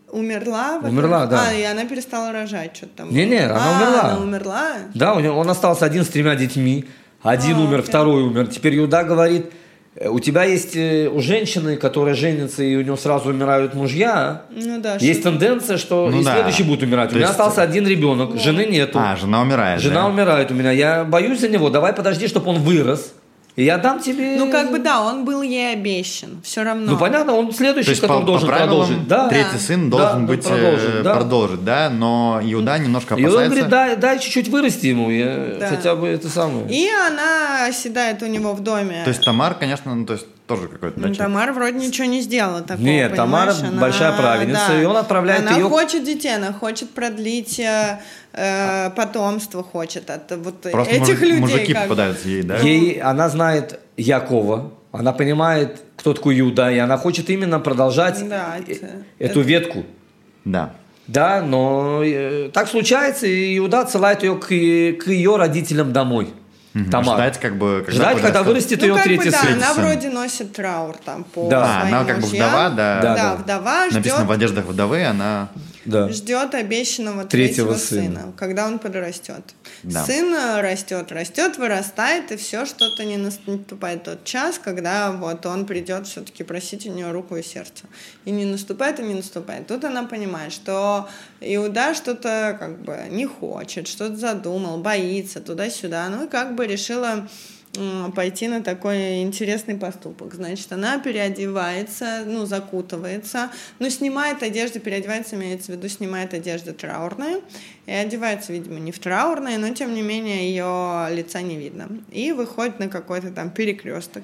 Умерла? Умерла, да. И она перестала рожать, что-то там. Не-не, она умерла. Она умерла? Да, он остался один с 3 детьми. Один умер, второй умер. Теперь Иуда говорит, у тебя есть у женщины, которая женится, и у нее сразу умирают мужья. Ну да. Есть тенденция, что и следующий будет умирать. У меня остался один ребенок, жены нету. Жена умирает. Жена умирает у меня. Я боюсь за него. Давай подожди, чтобы он вырос. И я дам тебе... Ну, как бы, да, он был ей обещан, все равно. Ну, понятно, он следующий, который должен продолжить. Да? Третий сын должен быть продолжить, да, но Иуда немножко опасается. И он говорит, дай чуть-чуть вырасти ему, хотя бы это самое. И она оседает у него в доме. То есть Тамар, конечно, ну, то есть тоже какой-то... Ну, Тамар вроде ничего не сделала такого, нет, Тамара большая праведница, и он отправляет ее... Она хочет детей, она хочет продлить потомство, хочет от вот просто этих людей. Мужики попадаются ей, да? Она знает Якова, она понимает, кто такой Иуда, и она хочет именно продолжать эту ветку. Да. Да, но так случается, и Иуда отсылает ее к ее родителям домой. Тамар. Ждать, когда вырастет ее третий сын. Она вроде носит траур там по своим она как бы вдова, да, вдова ждет. Написано в одеждах вдовы, она... ждет обещанного третьего сына, когда он подрастет. Да. Сын растет, вырастает, и все что-то не наступает тот час, когда вот он придет все-таки просить у нее руку и сердце. И не наступает. Тут она понимает, что Иуда что-то как бы не хочет, что-то задумал, боится, туда-сюда. Ну и как бы решила пойти на такой интересный поступок. Значит, она переодевается, закутывается, снимает одежду, переодевается, имеется в виду, снимает одежду траурную, и одевается, видимо, не в траурное, но, тем не менее, ее лица не видно. И выходит на какой-то там перекресток,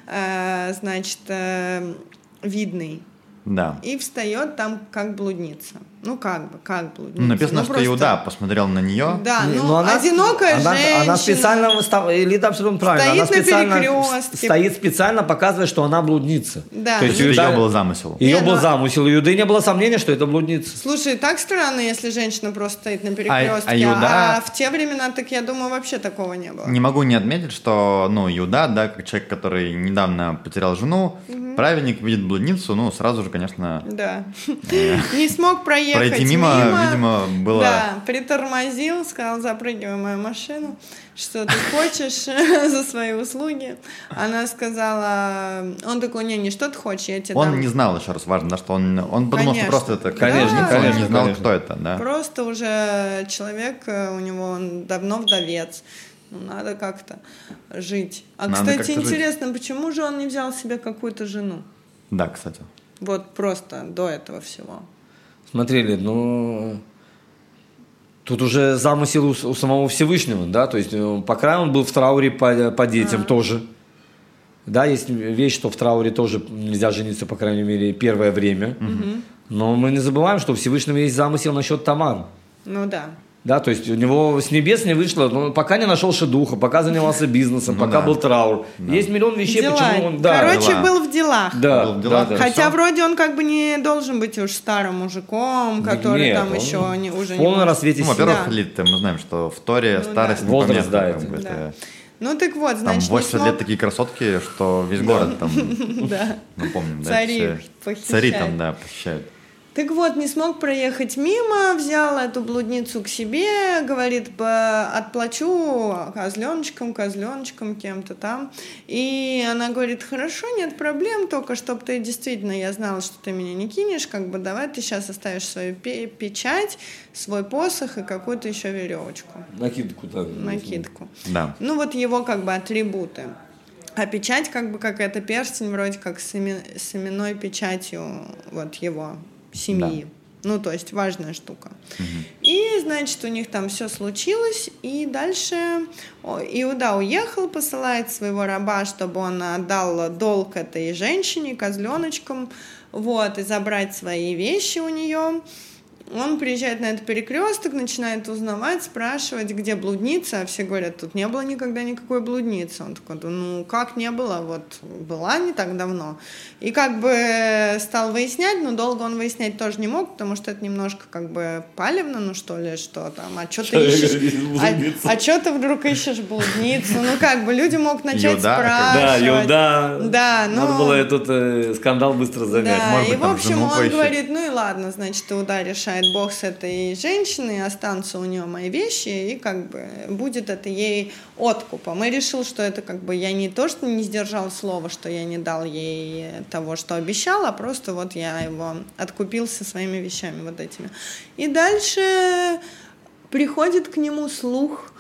видный. Да. И встает там как блудница. Как блудница. Написано, что Иуда посмотрел на нее. Да, одинокая женщина. Она специально, Лида абсолютно правильно. Стоит специально, показывая, что она блудница. Да. То есть ее был замысел. Ее был замысел. У Иуды не было сомнения, что это блудница. Слушай, так странно, если женщина просто стоит на перекрестке. А в те времена, так я думаю, вообще такого не было. Не могу не отметить, что Иуда, да, как человек, который недавно потерял жену, праведник видит блудницу, сразу же, конечно... Да. Не смог пройти мимо, видимо, было... Да, притормозил, сказал, запрыгивай в мою машину, что ты хочешь за свои услуги. Она сказала, он такой, не, что ты хочешь, я тебе дам. Он не знал, еще раз важно, что он подумал, что просто это... Конечно, он не знал, кто это, да. Просто уже человек, у него он давно вдовец. Надо как-то жить. Кстати, интересно, почему же он не взял себе какую-то жену? Да, кстати. Вот просто до этого всего. Смотрели, тут уже замысел у самого Всевышнего, да, то есть пока он был в трауре по детям тоже. Да, есть вещь, что в трауре тоже нельзя жениться, по крайней мере, первое время. Но мы не забываем, что у Всевышнего есть замысел насчет Тамар. Ну да. Да, то есть у него с небес не вышло, пока не нашел шедуха, пока занимался бизнесом, пока был траур. Да. Есть миллион вещей, дела. Почему он... Был в делах. Да. Хотя вроде он как бы не должен быть уж старым мужиком, который там еще уже не... В полном рассвете сил. Во-первых, мы знаем, что в Торе старость не возраст, помеха. Так вот, значит, там 80 лет такие красотки, что весь город там... Мы помним, да? Цари там, похищают. Так вот, не смог проехать мимо, взял эту блудницу к себе, говорит, отплачу козленочком, кем-то там. И она говорит, хорошо, нет проблем, только чтобы ты действительно, я знала, что ты меня не кинешь, давай ты сейчас оставишь свою печать, свой посох и какую-то еще веревочку. Накидку. Да. Его атрибуты. А печать как это перстень, вроде как с именной печатью его семьи. Да. То есть важная штука. И, значит, у них там все случилось, и дальше Иуда уехал, посылает своего раба, чтобы он отдал долг этой женщине, козленочкам, и забрать свои вещи у нее. Он приезжает на этот перекресток, начинает узнавать, спрашивать, где блудница. А все говорят, тут не было никогда никакой блудницы. Он такой, ну как не было, вот была не так давно. И как бы стал выяснять, но долго он выяснять тоже не мог, потому что это немножко как бы палевно, ну что ли, что там, а что ты ищешь? А что ты вдруг ищешь блудницу? Ну как бы люди могут начать спрашивать. Да, надо было этот скандал быстро замять. Да, и в общем он говорит, ну и ладно, значит, туда решает Бог с этой женщиной, останутся у нее мои вещи, и как бы будет это ей откупом. И решил, что это как бы я не то, что не сдержал слова, что я не дал ей того, что обещал, а просто вот я его откупил со своими вещами вот этими. И дальше приходит к нему слух,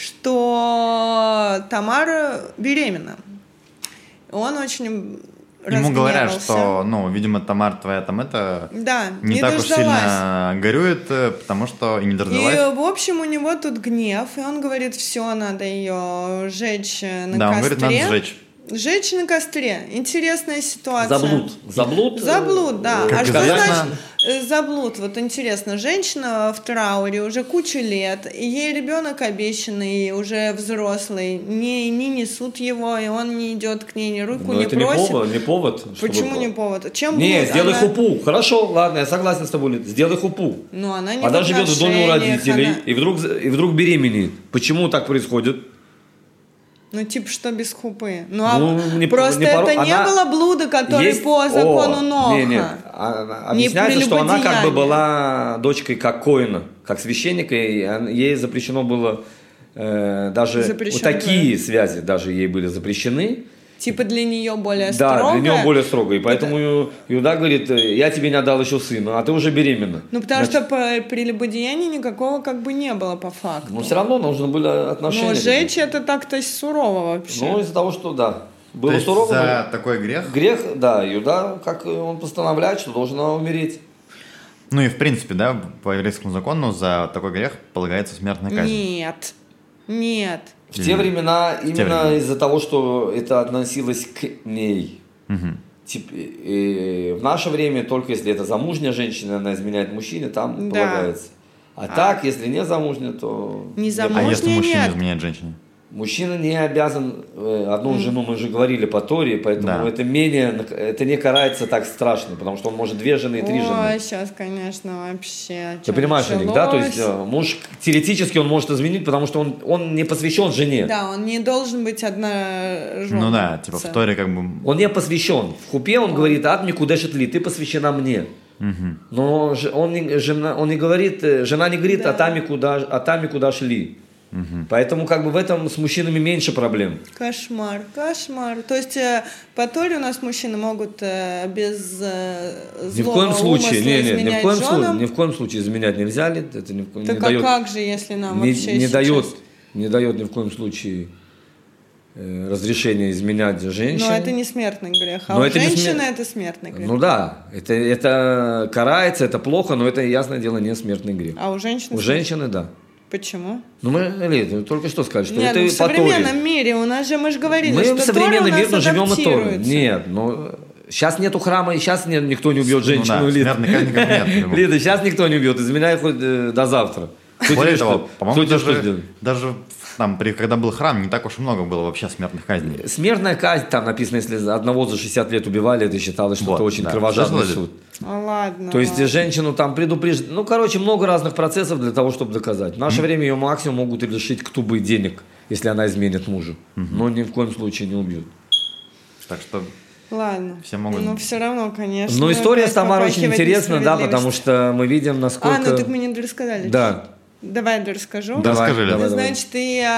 что Тамара беременна. Он очень Ему говорят, что, ну, видимо, Тамара твоя там это не так уж сильно горюет, потому что и не дождалась. И, в общем, у него тут гнев, и он говорит, все, надо ее сжечь на костре. Да, он говорит, надо сжечь. Сжечь на костре. Интересная ситуация. Заблуд, да. Как что значит заблуд? Вот интересно, женщина в трауре уже кучу лет, и ей ребенок обещанный, уже взрослый, не несут его, и он не идет к ней, ни руку не просит. Это не повод. Почему не повод? Чем не, сделай хупу. Хорошо, ладно, я согласен с тобой. Сделай хупу. Но она не Она живет в доме у родителей, и вдруг беременеет. Почему так происходит? Ну, типа, что без хупы? Просто это не было блуда, который по закону Ноха. Нет. Объясняется, что она как бы была дочкой как коэна, как священника, и ей запрещено было даже вот такие связи даже ей были запрещены. Типа для нее более строго? Да, для нее более строго. И поэтому Иуда говорит, я тебе не отдал еще сына, а ты уже беременна. Ну, потому что при прелюбодеянии никакого как бы не было по факту. Но все равно нужны были отношения. Но сжечь это так-то сурово вообще. Ну, из-за того, что, да, было то сурово. За такой грех? Грех, да, Иуда, как он постановляет, что должна умереть. Ну и в принципе, да, по еврейскому закону за такой грех полагается смертная казнь. Нет. В те времена именно из-за того, что это относилось к ней. В наше время только если это замужняя женщина, она изменяет мужчине, там полагается. А так, если не замужняя, то... Не замужняя, а если мужчина изменяет женщине? Мужчина не обязан одну жену, мы же говорили по Торе, поэтому это не карается так страшно, потому что он может 2 жены и 3 жены. Ой, сейчас, конечно, вообще. Ты понимаешь, Аник, да? То есть муж теоретически он может изменить, потому что он не посвящен жене. Да, он не должен быть одноженцем. Ну да, типа в Торе как бы... Он не посвящен. В хупе он говорит, «Адми кудешет ли, ты посвящена мне». Но он не говорит, жена не говорит, «Атами куда шли». Поэтому как бы в этом с мужчинами меньше проблем. Кошмар. То есть по Торе у нас мужчины могут без злого умысла изменять женам? Ни в коем случае изменять нельзя. Это так а как же, если нам вообще не дает ни в коем случае разрешения изменять женщине. Но это не смертный грех, а у женщины это смертный грех. Ну да, это карается, это плохо, но это, ясное дело, не смертный грех. А у женщины? У женщины, да. Почему? Ну, мы только что сказали, что нет, это в современном мире у нас же, мы же говорили, мы что в современном мире, но живем и Торой. Нет, сейчас нету храма, и сейчас никто не убьет женщину. Смертных казников нет. Лида, сейчас никто не убьет, изменяй хоть до завтра. Более того, по-моему, даже там, когда был храм, не так уж и много было вообще смертных казней. Смертная казнь, там написано, если одного за 60 лет убивали, это считалось, что это очень кровожадный суд. Ладно. То есть женщину там предупреждают. Ну, короче, много разных процессов для того, чтобы доказать. В наше время ее максимум могут лишить ктубы денег, если она изменит мужу. Но ни в коем случае не убьют. Так что... Ладно. Все могут... Но все равно, конечно. Но история с Тамарой очень интересна, да, потому что мы видим, насколько... ну так мы не рассказали. Да. Давай расскажу. Давай. Значит,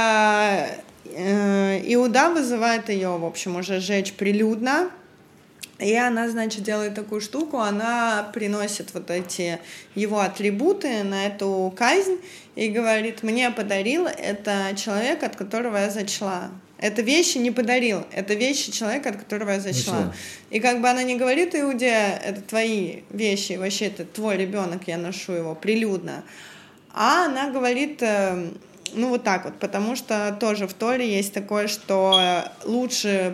Иуда вызывает ее, в общем, уже сжечь прилюдно. И она, значит, делает такую штуку, она приносит вот эти его атрибуты на эту казнь и говорит, мне подарил это человек, от которого я зачла. Это вещи не подарил, это вещи человека, от которого я зачла. И как бы она не говорит Иуде, это твои вещи, вообще это твой ребенок, я ношу его прилюдно. А она говорит, ну вот так вот, потому что тоже в Торе есть такое, что лучше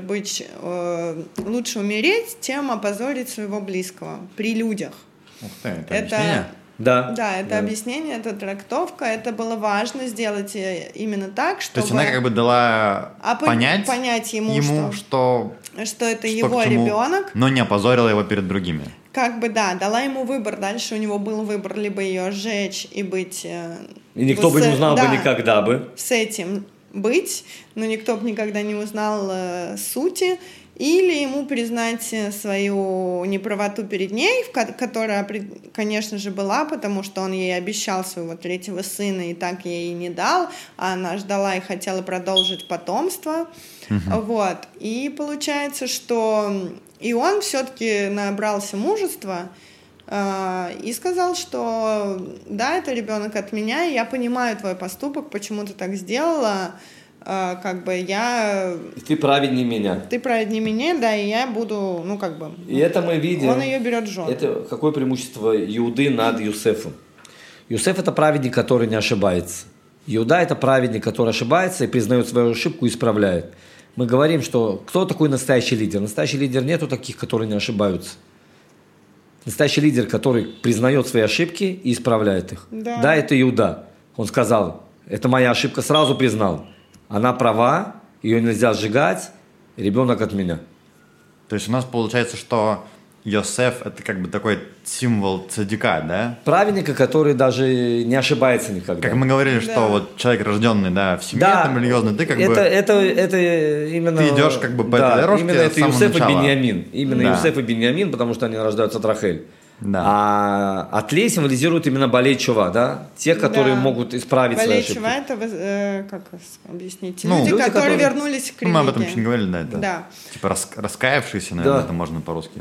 умереть, чем опозорить своего близкого при людях. Ух ты, это объяснение? Да. Да, это объяснение, это трактовка, это было важно сделать именно так, чтобы... То есть она как бы дала понять ему, что это его ребенок. Но не опозорила его перед другими. Как бы, да, дала ему выбор. Дальше у него был выбор либо ее сжечь и быть... И никто бы не узнал бы никогда бы. С этим быть, но никто бы никогда не узнал сути. Или ему признать свою неправоту перед ней, которая, конечно же, была, потому что он ей обещал своего 3-го сына и так ей не дал, а она ждала и хотела продолжить потомство. Вот. И получается, что и он все-таки набрался мужества и сказал, что да, это ребенок от меня, и я понимаю твой поступок, почему ты так сделала. Как бы я... Ты праведнее меня. Ты праведнее меня, да, и я буду, ну, как бы... И это мы видим. Он ее берет в жены. Это какое преимущество Иуды над Юсефом? Юсеф – это праведник, который не ошибается. Иуда – это праведник, который ошибается и признает свою ошибку и исправляет. Мы говорим, что кто такой настоящий лидер? Настоящий лидер нету таких, которые не ошибаются. Настоящий лидер, который признает свои ошибки и исправляет их. Да, это Иуда. Он сказал, это моя ошибка, сразу признал. Она права, ее нельзя сжигать, ребенок от меня. То есть у нас получается, что Йосеф – это как бы такой символ цадика, да? Праведника, который даже не ошибается никогда. Как мы говорили, что вот человек, рожденный в семье там, религиозный, ты как бы… Это именно… Ты идешь как бы по этой дорожке именно это с самого Юсеф начала. И Беньямин. Именно Юсеф и Беньямин, потому что они рождаются от Рахель. Да. А атлей символизирует именно болей чува, да? Тех, которые могут исправить свои ошибки. Болей чува – это, как объяснить? Люди, которые вернулись к религии. Мы об этом еще не говорили, да? Это, да. Типа раскаявшиеся, наверное, это можно по-русски.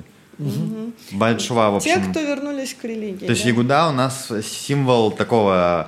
Болей чува, в общем… Те, кто вернулись к религии. То есть Иуда у нас символ такого,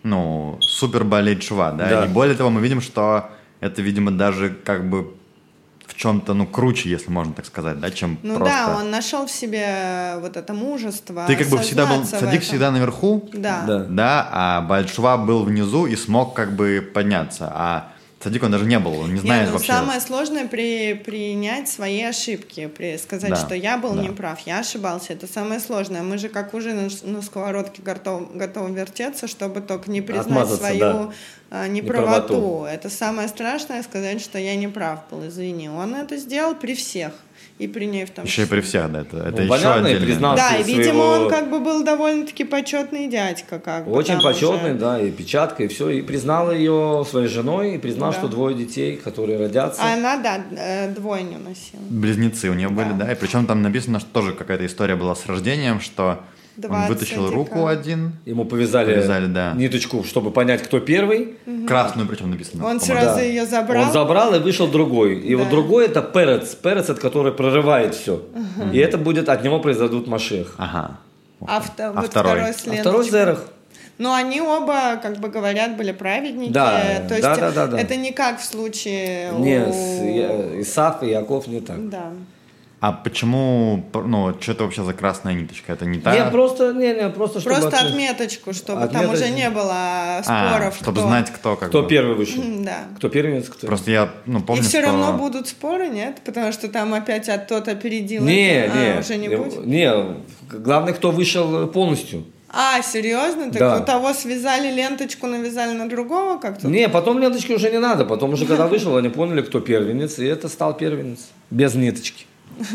супер болей чува, да? И более того, мы видим, что это, видимо, даже как бы в чем-то, круче, если можно так сказать, да, чем просто… да, он нашел в себе вот это мужество. Ты как бы всегда был, цадик всегда наверху, да, а болей чува был внизу и смог как бы подняться, а цадик он даже не был, он не знает вообще. Самое сложное принять свои ошибки, сказать, что я был неправ, я ошибался, это самое сложное. Мы же как уже на сковородке готовы вертеться, чтобы только не признать свою неправоту. Это самое страшное, сказать, что я неправ был, извини. Он это сделал при всех. И при ней в том числе. Еще и при всех, да, это еще отдельно. Да, и, видимо, он как бы был довольно-таки почетный дядька. Очень почетный, да, и печатка, и все. И признал ее своей женой, и признал, что 2 детей, которые родятся. А она, двойню носила. Близнецы у нее были, да. И причем там написано, что тоже какая-то история была с рождением, что он вытащил руку один. Ему повязали ниточку, чтобы понять, кто первый. Красную причем написано. Он сразу ее забрал. Он забрал, и вышел другой. И вот другой это Перец. Перец, от который прорывает все. И это будет, от него произойдут Машиах. Ага. А второй след. Второй Зерах. Но они оба, как бы говорят, были праведники. Да, то есть это не как в случае Нет, Исав и Яков не так. Да. А почему, что это вообще за красная ниточка? Это не та? Нет, просто чтобы… Просто отметочку, чтобы там уже не было споров. Чтобы знать, кто первый вышел. Да. Кто первенец, кто… Просто я, помню, и все равно будут споры, нет? Потому что там опять тот опередил. Уже не будет? Не, главное, кто вышел полностью. Серьезно? Так у того связали ленточку, навязали на другого как-то? Не, потом ленточки уже не надо. Потом уже, когда вышел, они поняли, кто первенец, и это стал первенец. Без ниточки.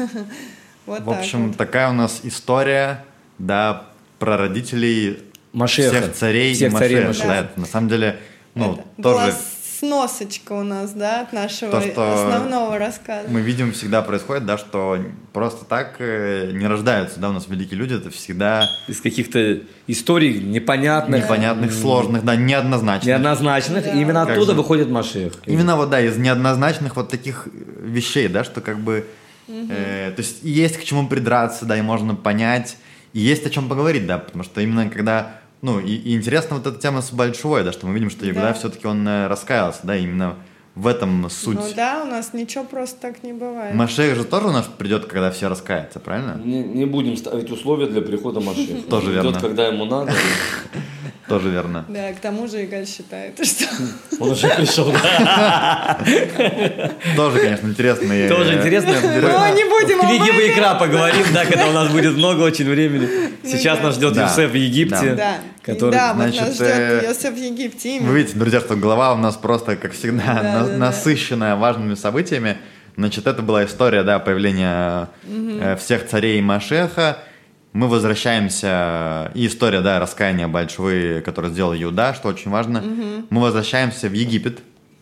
В общем, такая у нас история, да, про родителей всех царей и Машеха. Да. На самом деле, тоже… Была сносочка у нас, да, от нашего основного рассказа. Мы видим, всегда происходит, да, что просто так не рождаются, да, у нас великие люди, это всегда… Из каких-то историй непонятных. Сложных, да, неоднозначных. Да. И именно оттуда выходит Машех. Именно из неоднозначных вот таких вещей, да, что как бы… то есть есть к чему придраться, да, и можно понять, и есть о чем поговорить, да, потому что именно когда, и интересна вот эта тема с большой, да, что мы видим, что Иуда все-таки он раскаялся, да, именно в этом суть. У нас ничего просто так не бывает. Машех же тоже у нас придет, когда все раскаются, правильно? Не будем ставить условия для прихода Машеха. Тоже верно. Придет, когда ему надо. Тоже верно. Да, к тому же Игорь считает, что... Он уже пришел, да? Тоже, конечно, интересно. Тоже интересно. Но не будем В об книге этом. Вайкра поговорим, да, когда у нас будет много очень времени. Сейчас нас ждет Да. Йосеф в Египте. Да, который, да, вот значит, нас ждет Йосеф в Египте. именно. Вы видите, друзья, что голова у нас просто, как всегда, Да. насыщенная важными событиями. Значит, это была история, да, появления всех царей Машеха. Мы возвращаемся, и история, да, раскаяния Баль-Тшувы, которую сделал Иуда, что очень важно. Мы возвращаемся в Египет,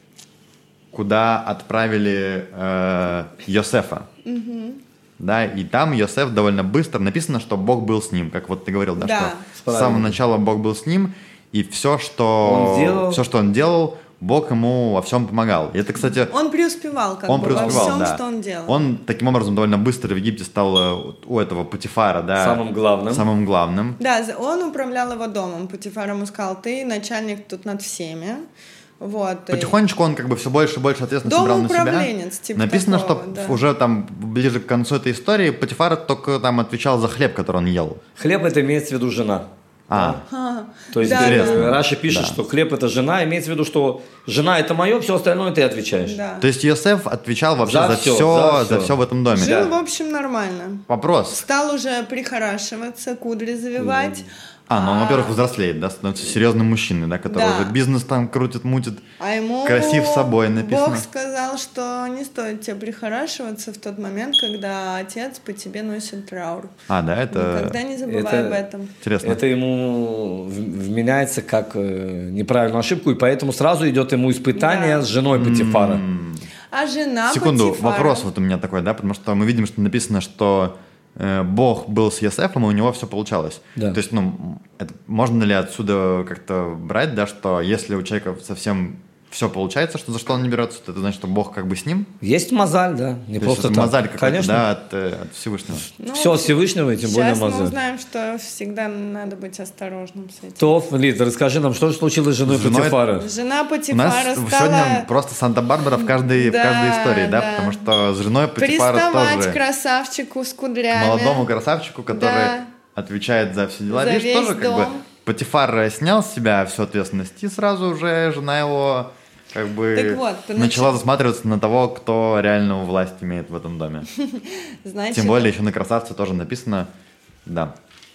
куда отправили Йосефа. Да, и там Йосеф довольно быстро написано, что Бог был с ним, как вот ты говорил, да, Да. что с самого начала Бог был с ним, и все, что он делал, Бог ему во всем помогал. И это, кстати... Он преуспевал Он во преуспевал, всем, да. что он делал. Он таким образом довольно быстро в Египте стал у этого Путифара, да, Самым главным. Да, он управлял его домом. Путифар ему сказал, ты начальник тут над всеми. Вот. Потихонечку он как бы все больше и больше ответственности брал на себя. Домоуправленец, типа Написано, такого, что да. уже там ближе к концу этой истории Путифар только там отвечал за хлеб, который он ел. Хлеб это имеется в виду жена. То есть Да, интересно. Раши пишет, Да. что хлеб это жена, имеется в виду, что жена это мое, все остальное ты отвечаешь. Да. То есть Йосеф отвечал вообще За за всё, все в этом доме. Жил, в общем, нормально. Вопрос. Стал уже прихорашиваться, кудри завивать. Ну он, во-первых, взрослеет, да, становится серьезным мужчиной, да, который Да. уже бизнес там крутит, мутит. А ему Красив собой написано. Бог сказал, что не стоит тебе прихорашиваться в тот момент, когда отец по тебе носит траур. Да, это Никогда не забывай это- об этом. интересно. Это ему вменяется как неправильную ошибку, и поэтому сразу идет ему испытание Да. с женой Путифара. А жена Секунду, Путифара- вопрос вот у меня такой, да, потому что мы видим, что написано, что Бог был с Йосефом, и у него все получалось. Да. То есть, можно ли отсюда как-то брать, да, что если у человека совсем все получается, что за что он не берется, то это значит, что Бог как бы с ним? Есть мозаль, да, не То есть просто это так. мозаль какая-то, Конечно. да, от Всевышнего. Все от Всевышнего, и тем более Сейчас мы мозаль. узнаем, что всегда надо быть осторожным с этим. Тоф, Лид, расскажи нам, что же случилось с женой С женой- Путифара? Жена У нас Путифара сегодня стала просто Санта-Барбара в каждой истории, да, потому что с женой Путифара приставать тоже к красавчику с кудрями. молодому красавчику, который Да. отвечает за все дела. За Видишь, весь тоже как бы дом. Путифар снял с себя всю ответственность, и сразу уже жена его как бы Так вот, начала засматриваться на того, кто реальную власть имеет в этом доме. Значит, Тем более еще на красавце тоже написано, да.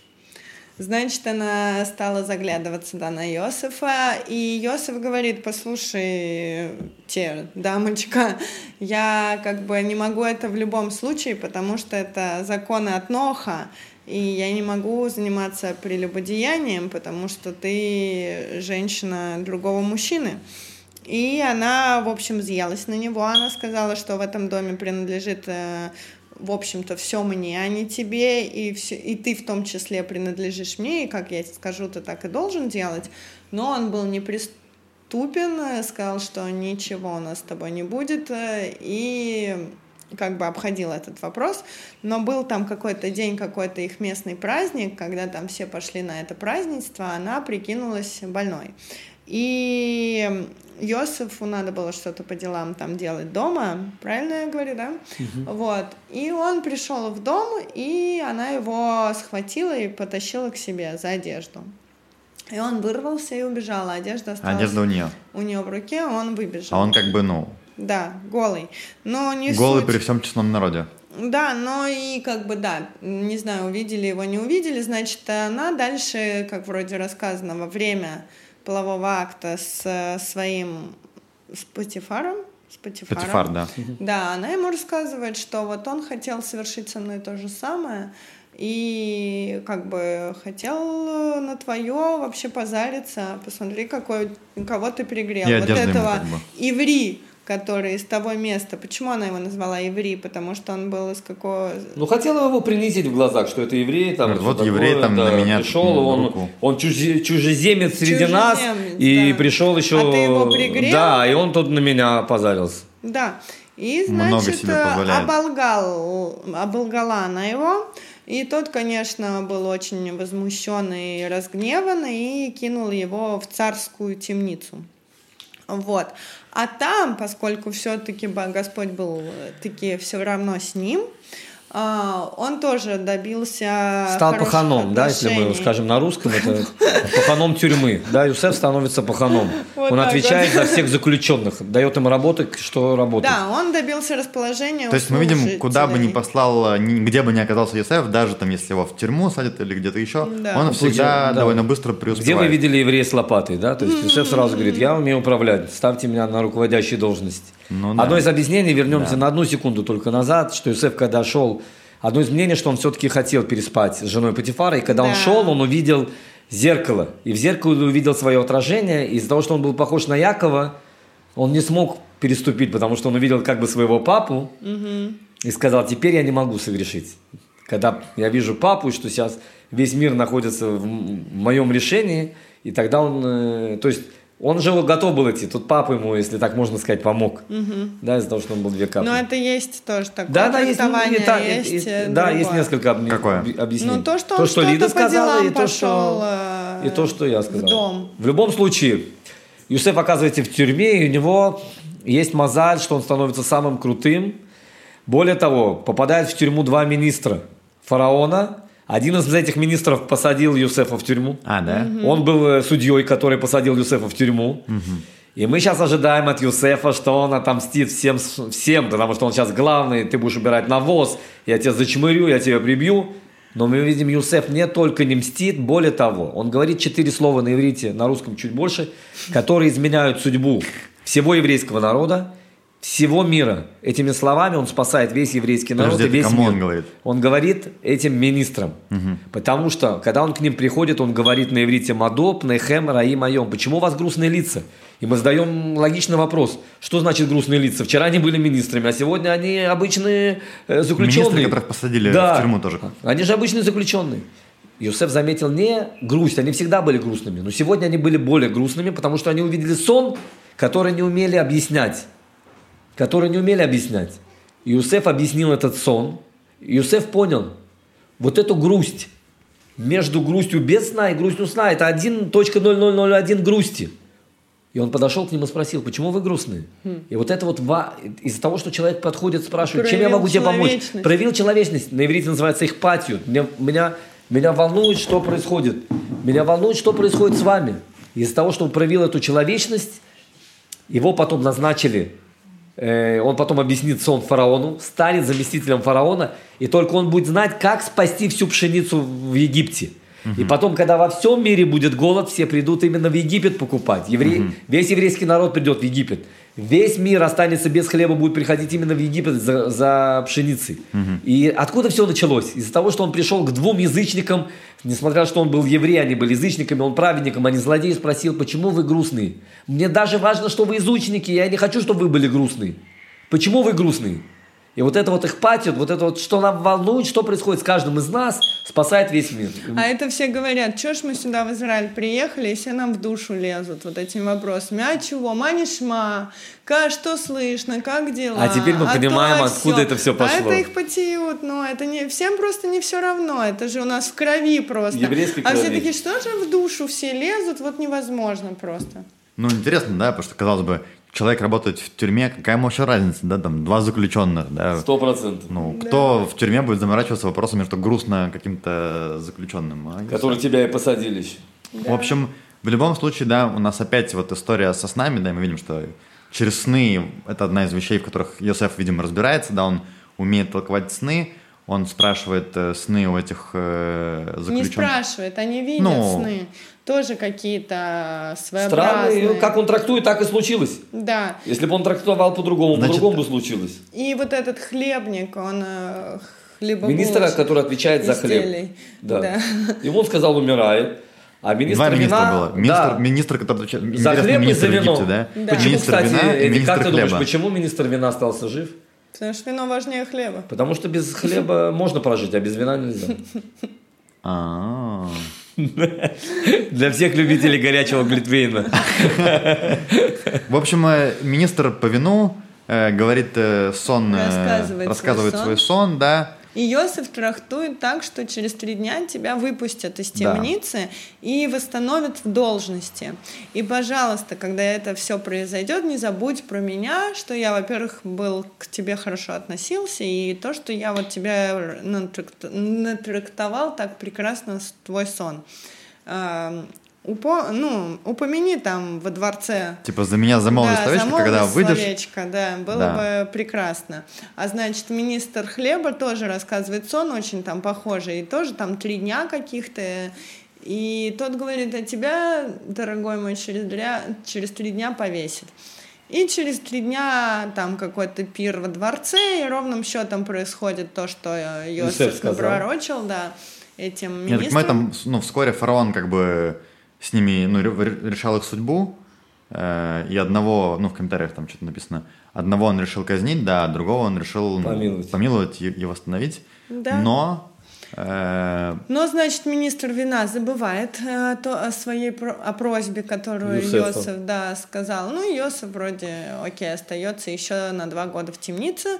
Значит, она стала заглядываться, да, на Йосефа, и Йосеф говорит: послушай, дамочка, я как бы не могу это в любом случае, потому что это законы от Ноха, и я не могу заниматься прелюбодеянием, потому что ты женщина другого мужчины. И она, в общем, взъелась на него. Она сказала, что в этом доме принадлежит, в общем-то, все мне, а не тебе, и ты в том числе принадлежишь мне, и как я скажу, ты так и должен делать. Но он был неприступен, сказал, что ничего у нас с тобой не будет, и как бы обходил этот вопрос. Но был там какой-то день, какой-то их местный праздник, когда там все пошли на это празднество, она прикинулась больной. И Йосефу надо было что-то по делам там делать дома, правильно я говорю, да? Вот. И он пришел в дом, и она его схватила и потащила к себе за одежду. И он вырвался и убежал, а одежда осталась Одежда у нее. у него в руке, он выбежал. А он как бы, Да, голый. Но не голый суть. при всем честном народе. Да, но и как бы, да, не знаю, увидели его, не увидели, значит, она дальше, как вроде рассказано, во время полового акта с Путифаром. Путифар, да. Да, она ему рассказывает, что вот он хотел совершить со мной то же самое, и как бы хотел на твое вообще позариться. Посмотри, кого ты пригрел. И вот одежда ему этого как бы. Иври, который из того места. Почему она его назвала Иври? Потому что он был из какого... Хотела его принизить в глазах, что это еврей, там, Вот всё еврей такое, там на меня пришел, руку. он чужеземец среди нас, и да. пришел еще... А ты его пригрел? Да, и он тут на меня позарился. Да. И, Много значит, себе позволяет. оболгала она его. И тот, конечно, был очень возмущен и разгневан, и кинул его в царскую темницу. Вот. А там, поскольку все-таки Господь был таки все равно с ним, он тоже добился стал паханом, да, если мы скажем на русском, это паханом тюрьмы. Да, Юсеф становится паханом. Вот он отвечает за всех заключенных, дает им работу, что работает. Да, он добился расположения. То есть мы видим, куда бы ни послал, где бы ни оказался Юсеф, даже там, если его в тюрьму садят или где-то еще, он всегда довольно быстро преуспевает. Где вы видели еврея с лопатой, да? То есть Юсеф сразу говорит: я умею управлять, ставьте меня на руководящие должности. Одно из объяснений, вернемся на 1 секунду только назад, что Юсеф, когда шел, одно из мнений, что он все-таки хотел переспать с женой Потифара, и когда он шел, он увидел зеркало, и в зеркале увидел свое отражение, и из-за того, что он был похож на Якова, он не смог переступить, потому что он увидел как бы своего папу, и сказал: теперь я не могу согрешить. Когда я вижу папу, что сейчас весь мир находится в моем решении, и тогда он, то есть он же готов был идти, тут папа ему, если так можно сказать, помог, да, из-за того, что он был 2 капли. Но это есть тоже такое трактование, есть несколько объяснений. Ну, то, что Лида сказала, и то, что я сказал. В дом. В любом случае, Юсеф оказывается в тюрьме, и у него есть мозаль, что он становится самым крутым. Более того, попадает в тюрьму 2 министра фараона. Один из этих министров посадил Юсефа в тюрьму. Да? Он был судьей, который посадил Юсефа в тюрьму. И мы сейчас ожидаем от Юсефа, что он отомстит всем, потому что он сейчас главный, ты будешь убирать навоз, я тебя зачмырю, я тебя прибью. Но мы видим, Юсеф не только не мстит, более того, он говорит 4 слова на иврите, на русском чуть больше, которые изменяют судьбу всего еврейского народа, всего мира. Этими словами он спасает весь еврейский народ и весь мир. Он говорит? Он говорит этим министрам. Потому что, когда он к ним приходит, он говорит на иврите: «Мадоп, нехем, раим айом». Почему у вас грустные лица? И мы задаем логичный вопрос. Что значит грустные лица? Вчера они были министрами, а сегодня они обычные заключенные. Министры, которых посадили в тюрьму тоже. Они же обычные заключенные. Юсеф заметил не грусть, они всегда были грустными, но сегодня они были более грустными, потому что они увидели сон, который не умели объяснять. Юсеф объяснил этот сон. Юсеф понял, вот эту грусть, между грустью без сна и грустью сна, это 1.0001 грусти. И он подошел к ним и спросил: почему вы грустные? И вот это вот из-за того, что человек подходит, спрашивает: чем я могу тебе помочь? Проявил человечность. На иврите называется ихпатию. Меня волнует, что происходит. Меня волнует, что происходит с вами. Из-за того, что он проявил эту человечность, его потом назначили. Он потом объяснит сон фараону, станет заместителем фараона, и только он будет знать, как спасти всю пшеницу в Египте. И потом, когда во всем мире будет голод, все придут именно в Египет покупать. Весь еврейский народ придет в Египет. Весь мир останется без хлеба, будет приходить именно в Египет за пшеницей. И откуда все началось? Из-за того, что он пришел к 2 язычникам, несмотря на то, что он был еврей, они были язычниками, он праведником, а не злодей, спросил: почему вы грустные? Мне даже важно, что вы язычники, я не хочу, чтобы вы были грустные. Почему вы грустные? И вот это вот ихпатия, вот это вот, что нам волнует, что происходит с каждым из нас, спасает весь мир. А это все говорят: что ж мы сюда в Израиль приехали, и все нам в душу лезут вот этими вопросами. А чего? Манишма? Что слышно? Как дела? А теперь мы понимаем, откуда это все пошло. А это их потиют, но это не всем просто не все равно. Это же у нас в крови просто. Еврейской крови. А все такие: что же в душу все лезут? Вот невозможно просто. Ну, интересно, да, потому что, казалось бы, человек работает в тюрьме, какая ему вообще разница, да, там 2 заключенных, да. 100%. Ну, кто в тюрьме будет заморачиваться вопросами, что грустно каким-то заключенным? Которые тебя и посадили еще. Да. В общем, в любом случае, да, у нас опять вот история со снами, да, мы видим, что через сны, это одна из вещей, в которых Йосеф, видимо, разбирается, да, он умеет толковать сны, он спрашивает сны у этих заключенных. Не спрашивает, они видят сны. Тоже какие-то своеобразные. Странные. Как он трактует, так и случилось. Да. Если бы он трактовал по-другому, по-другому бы случилось. И вот этот хлебник, он хлебобулочник. Министр, который отвечает за хлеб. Да. И он сказал: умирает. А министр 2 министра было. Министр, который отвечает за хлеб и за вино. Египте, да? Почему, министр кстати, вина и министр как ты хлеба. думаешь, почему министр вина остался жив? Потому что вино важнее хлеба. Потому что без хлеба можно прожить, а без вина нельзя. Для всех любителей горячего глинтвейна. В общем, министр по вину говорит сон, рассказывает свой сон, да. И Йосеф трактует так, что через 3 дня тебя выпустят из темницы и восстановят в должности. И, пожалуйста, когда это все произойдет, не забудь про меня, что я, во-первых, был к тебе хорошо относился, и то, что я вот тебя натрактовал так прекрасно твой сон. Упомяни там во дворце. Типа за меня замолвишь словечко, когда выйдешь. Словечко, да, было бы прекрасно. А значит, министр хлеба тоже рассказывает сон очень там похожий, и тоже там 3 дня каких-то. И тот говорит, а тебя, дорогой мой, через 3 дня повесит. И через 3 дня там какой-то пир во дворце, и ровным счетом происходит то, что Йосеф напророчил, этим министрам. Нет, так мы там, вскоре фараон как бы с ними, решал их судьбу, и одного, в комментариях там что-то написано, одного он решил казнить, а другого он решил помиловать и восстановить, но... Но, значит, министр вина забывает о просьбе, которую Йосеф сказал. Йосеф вроде, остается еще на 2 года в темнице,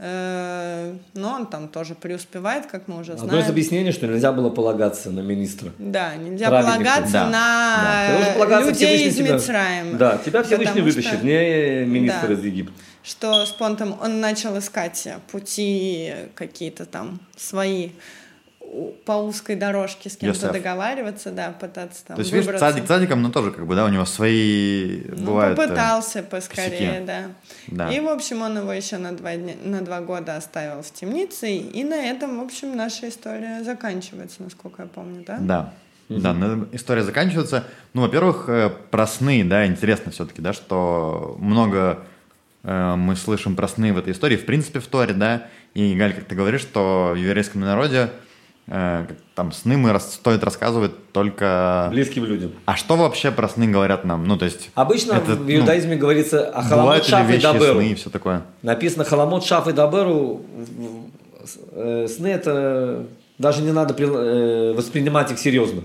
но он там тоже преуспевает, как мы уже знаем. Одно из объяснений, что нельзя было полагаться на министра. Да, нельзя полагаться на людей из Мицраима. Да, тебя Всевышний вытащит, не министр из Египта. Что с Понтом он начал искать пути какие-то там свои, по узкой дорожке с кем-то договариваться, пытаться там выбраться. То есть, видишь, цадик цадиком, но тоже, у него свои бывают попытался поскорее, да. И, в общем, он его еще на 2 года оставил в темнице, и на этом, в общем, наша история заканчивается, насколько я помню, да? Да. Да, история заканчивается. Во-первых, про сны, интересно все-таки, что много мы слышим про сны в этой истории, в принципе, в Торе, и, Галь, как ты говоришь, что в еврейском народе там сны стоит рассказывать только близким людям. А что вообще про сны говорят нам? То есть обычно в иудаизме говорится о халамот шаф и даберу. Сны и все такое. Написано халамот шаф и даберу. Сны это даже не надо воспринимать их серьезно.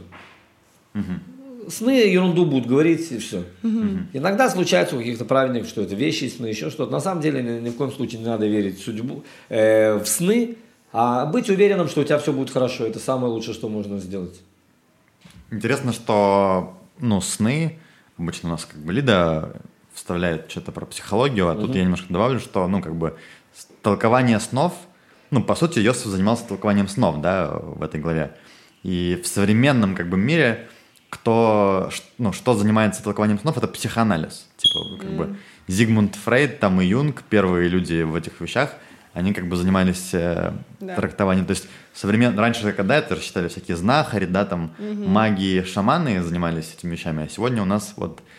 Сны ерунду будут говорить и все. Иногда случается у каких-то праведников, что это вещи, сны, еще что-то. На самом деле ни в коем случае не надо верить в сны. А быть уверенным, что у тебя все будет хорошо, это самое лучшее, что можно сделать. Интересно, что сны, обычно у нас Лида вставляет что-то про психологию, а тут я немножко добавлю, что толкование снов, по сути, Йосеф занимался толкованием снов, в этой главе. И в современном мире что занимается толкованием снов, это психоанализ. Зигмунд Фрейд и Юнг, первые люди в этих вещах, они занимались трактованием. То есть раньше, когда это считали всякие знахари, маги, шаманы занимались этими вещами, а сегодня у нас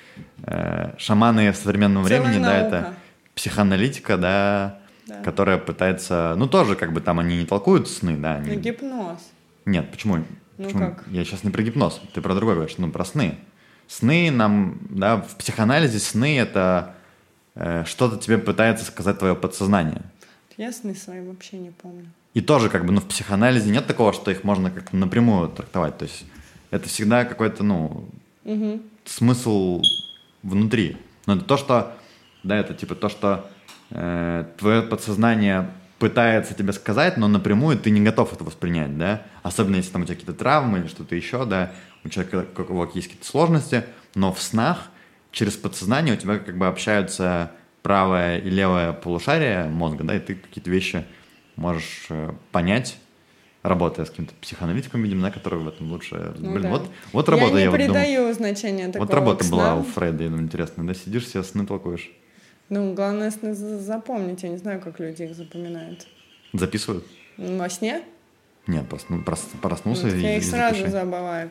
шаманы в современном времени, это психоаналитика, которая пытается, тоже там они не толкуют сны, они... Гипноз. Нет, почему? Как? Я сейчас не про гипноз, ты про другое говоришь, про сны. Сны нам, в психоанализе сны это что-то тебе пытается сказать твое подсознание. Я сны свои вообще не помню. И тоже в психоанализе нет такого, что их можно как-то напрямую трактовать. То есть это всегда какой-то, смысл внутри. Но это то, что, это то, что твое подсознание пытается тебе сказать, но напрямую ты не готов это воспринять, Особенно если там у тебя какие-то травмы или что-то еще, у человека есть какие-то сложности, но в снах через подсознание у тебя общаются правое и левое полушарие мозга, и ты какие-то вещи можешь понять, работая с каким-то психоаналитиком, видимо, который в этом лучше... Вот работа, я не придаю значения такого. Вот работа была у Фрейда, я думаю, интересно, сидишь, себе сны толкуешь. Главное сны запомнить, я не знаю, как люди их запоминают. Записывают? Во сне? Нет, проснулся и я их сразу забываю.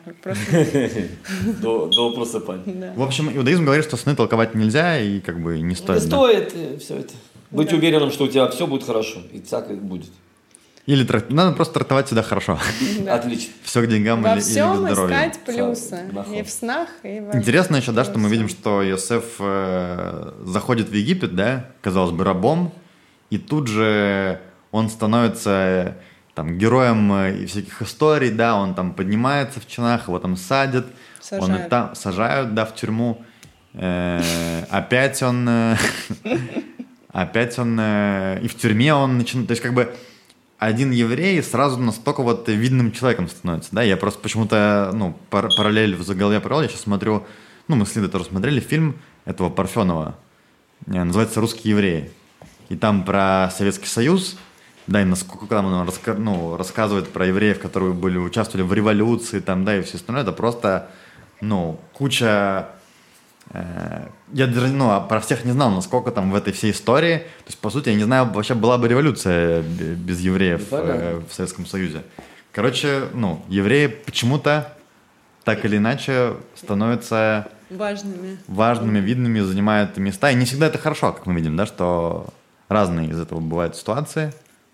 До просыпания. В общем, иудаизм говорит, что сны толковать нельзя и не стоит. Не стоит все это. Быть уверенным, что у тебя все будет хорошо, и так и будет. Или надо просто трактовать всегда хорошо. Отлично. Все к деньгам или к здоровью. Во всем искать плюсы. И в снах, и в... Интересно еще, что мы видим, что Йосеф заходит в Египет, казалось бы, рабом, и тут же он становится героем всяких историй, он там поднимается в чинах, его там садят, сажают, в тюрьму. Опять он и в тюрьме он начинает, то есть один еврей сразу настолько вот видным человеком становится, да, я просто почему-то, параллель в голове провел, я сейчас смотрю, мы с Лидой тоже смотрели фильм этого Парфенова, называется «Русские евреи», и там про Советский Союз, да, и насколько там он рассказывает про евреев, которые участвовали в революции, там, да, и все остальное, это просто, куча... Я даже, про всех не знал, насколько там в этой всей истории, то есть, по сути, я не знаю, вообще была бы революция без евреев в Советском Союзе. Короче, евреи почему-то так или иначе становятся важными, видными, занимают места, и не всегда это хорошо, как мы видим, да, что разные из этого бывают ситуации.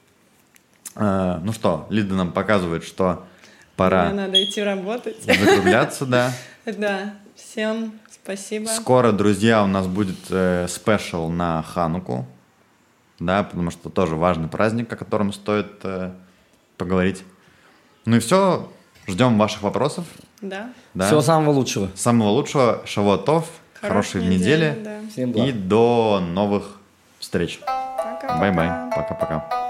Лида нам показывает, что пора... Мне надо идти работать. Закругляться, да. Да, всем спасибо. Скоро, друзья, у нас будет спешл на Хануку, да, потому что тоже важный праздник, о котором стоит поговорить. Ну и все, ждем ваших вопросов. Да. Всего самого лучшего. Самого лучшего, Шавуот Тов, хорошей недели. Да. Всем благ. И до новых встреч. Пока-пока. Бай-бай, пока-пока.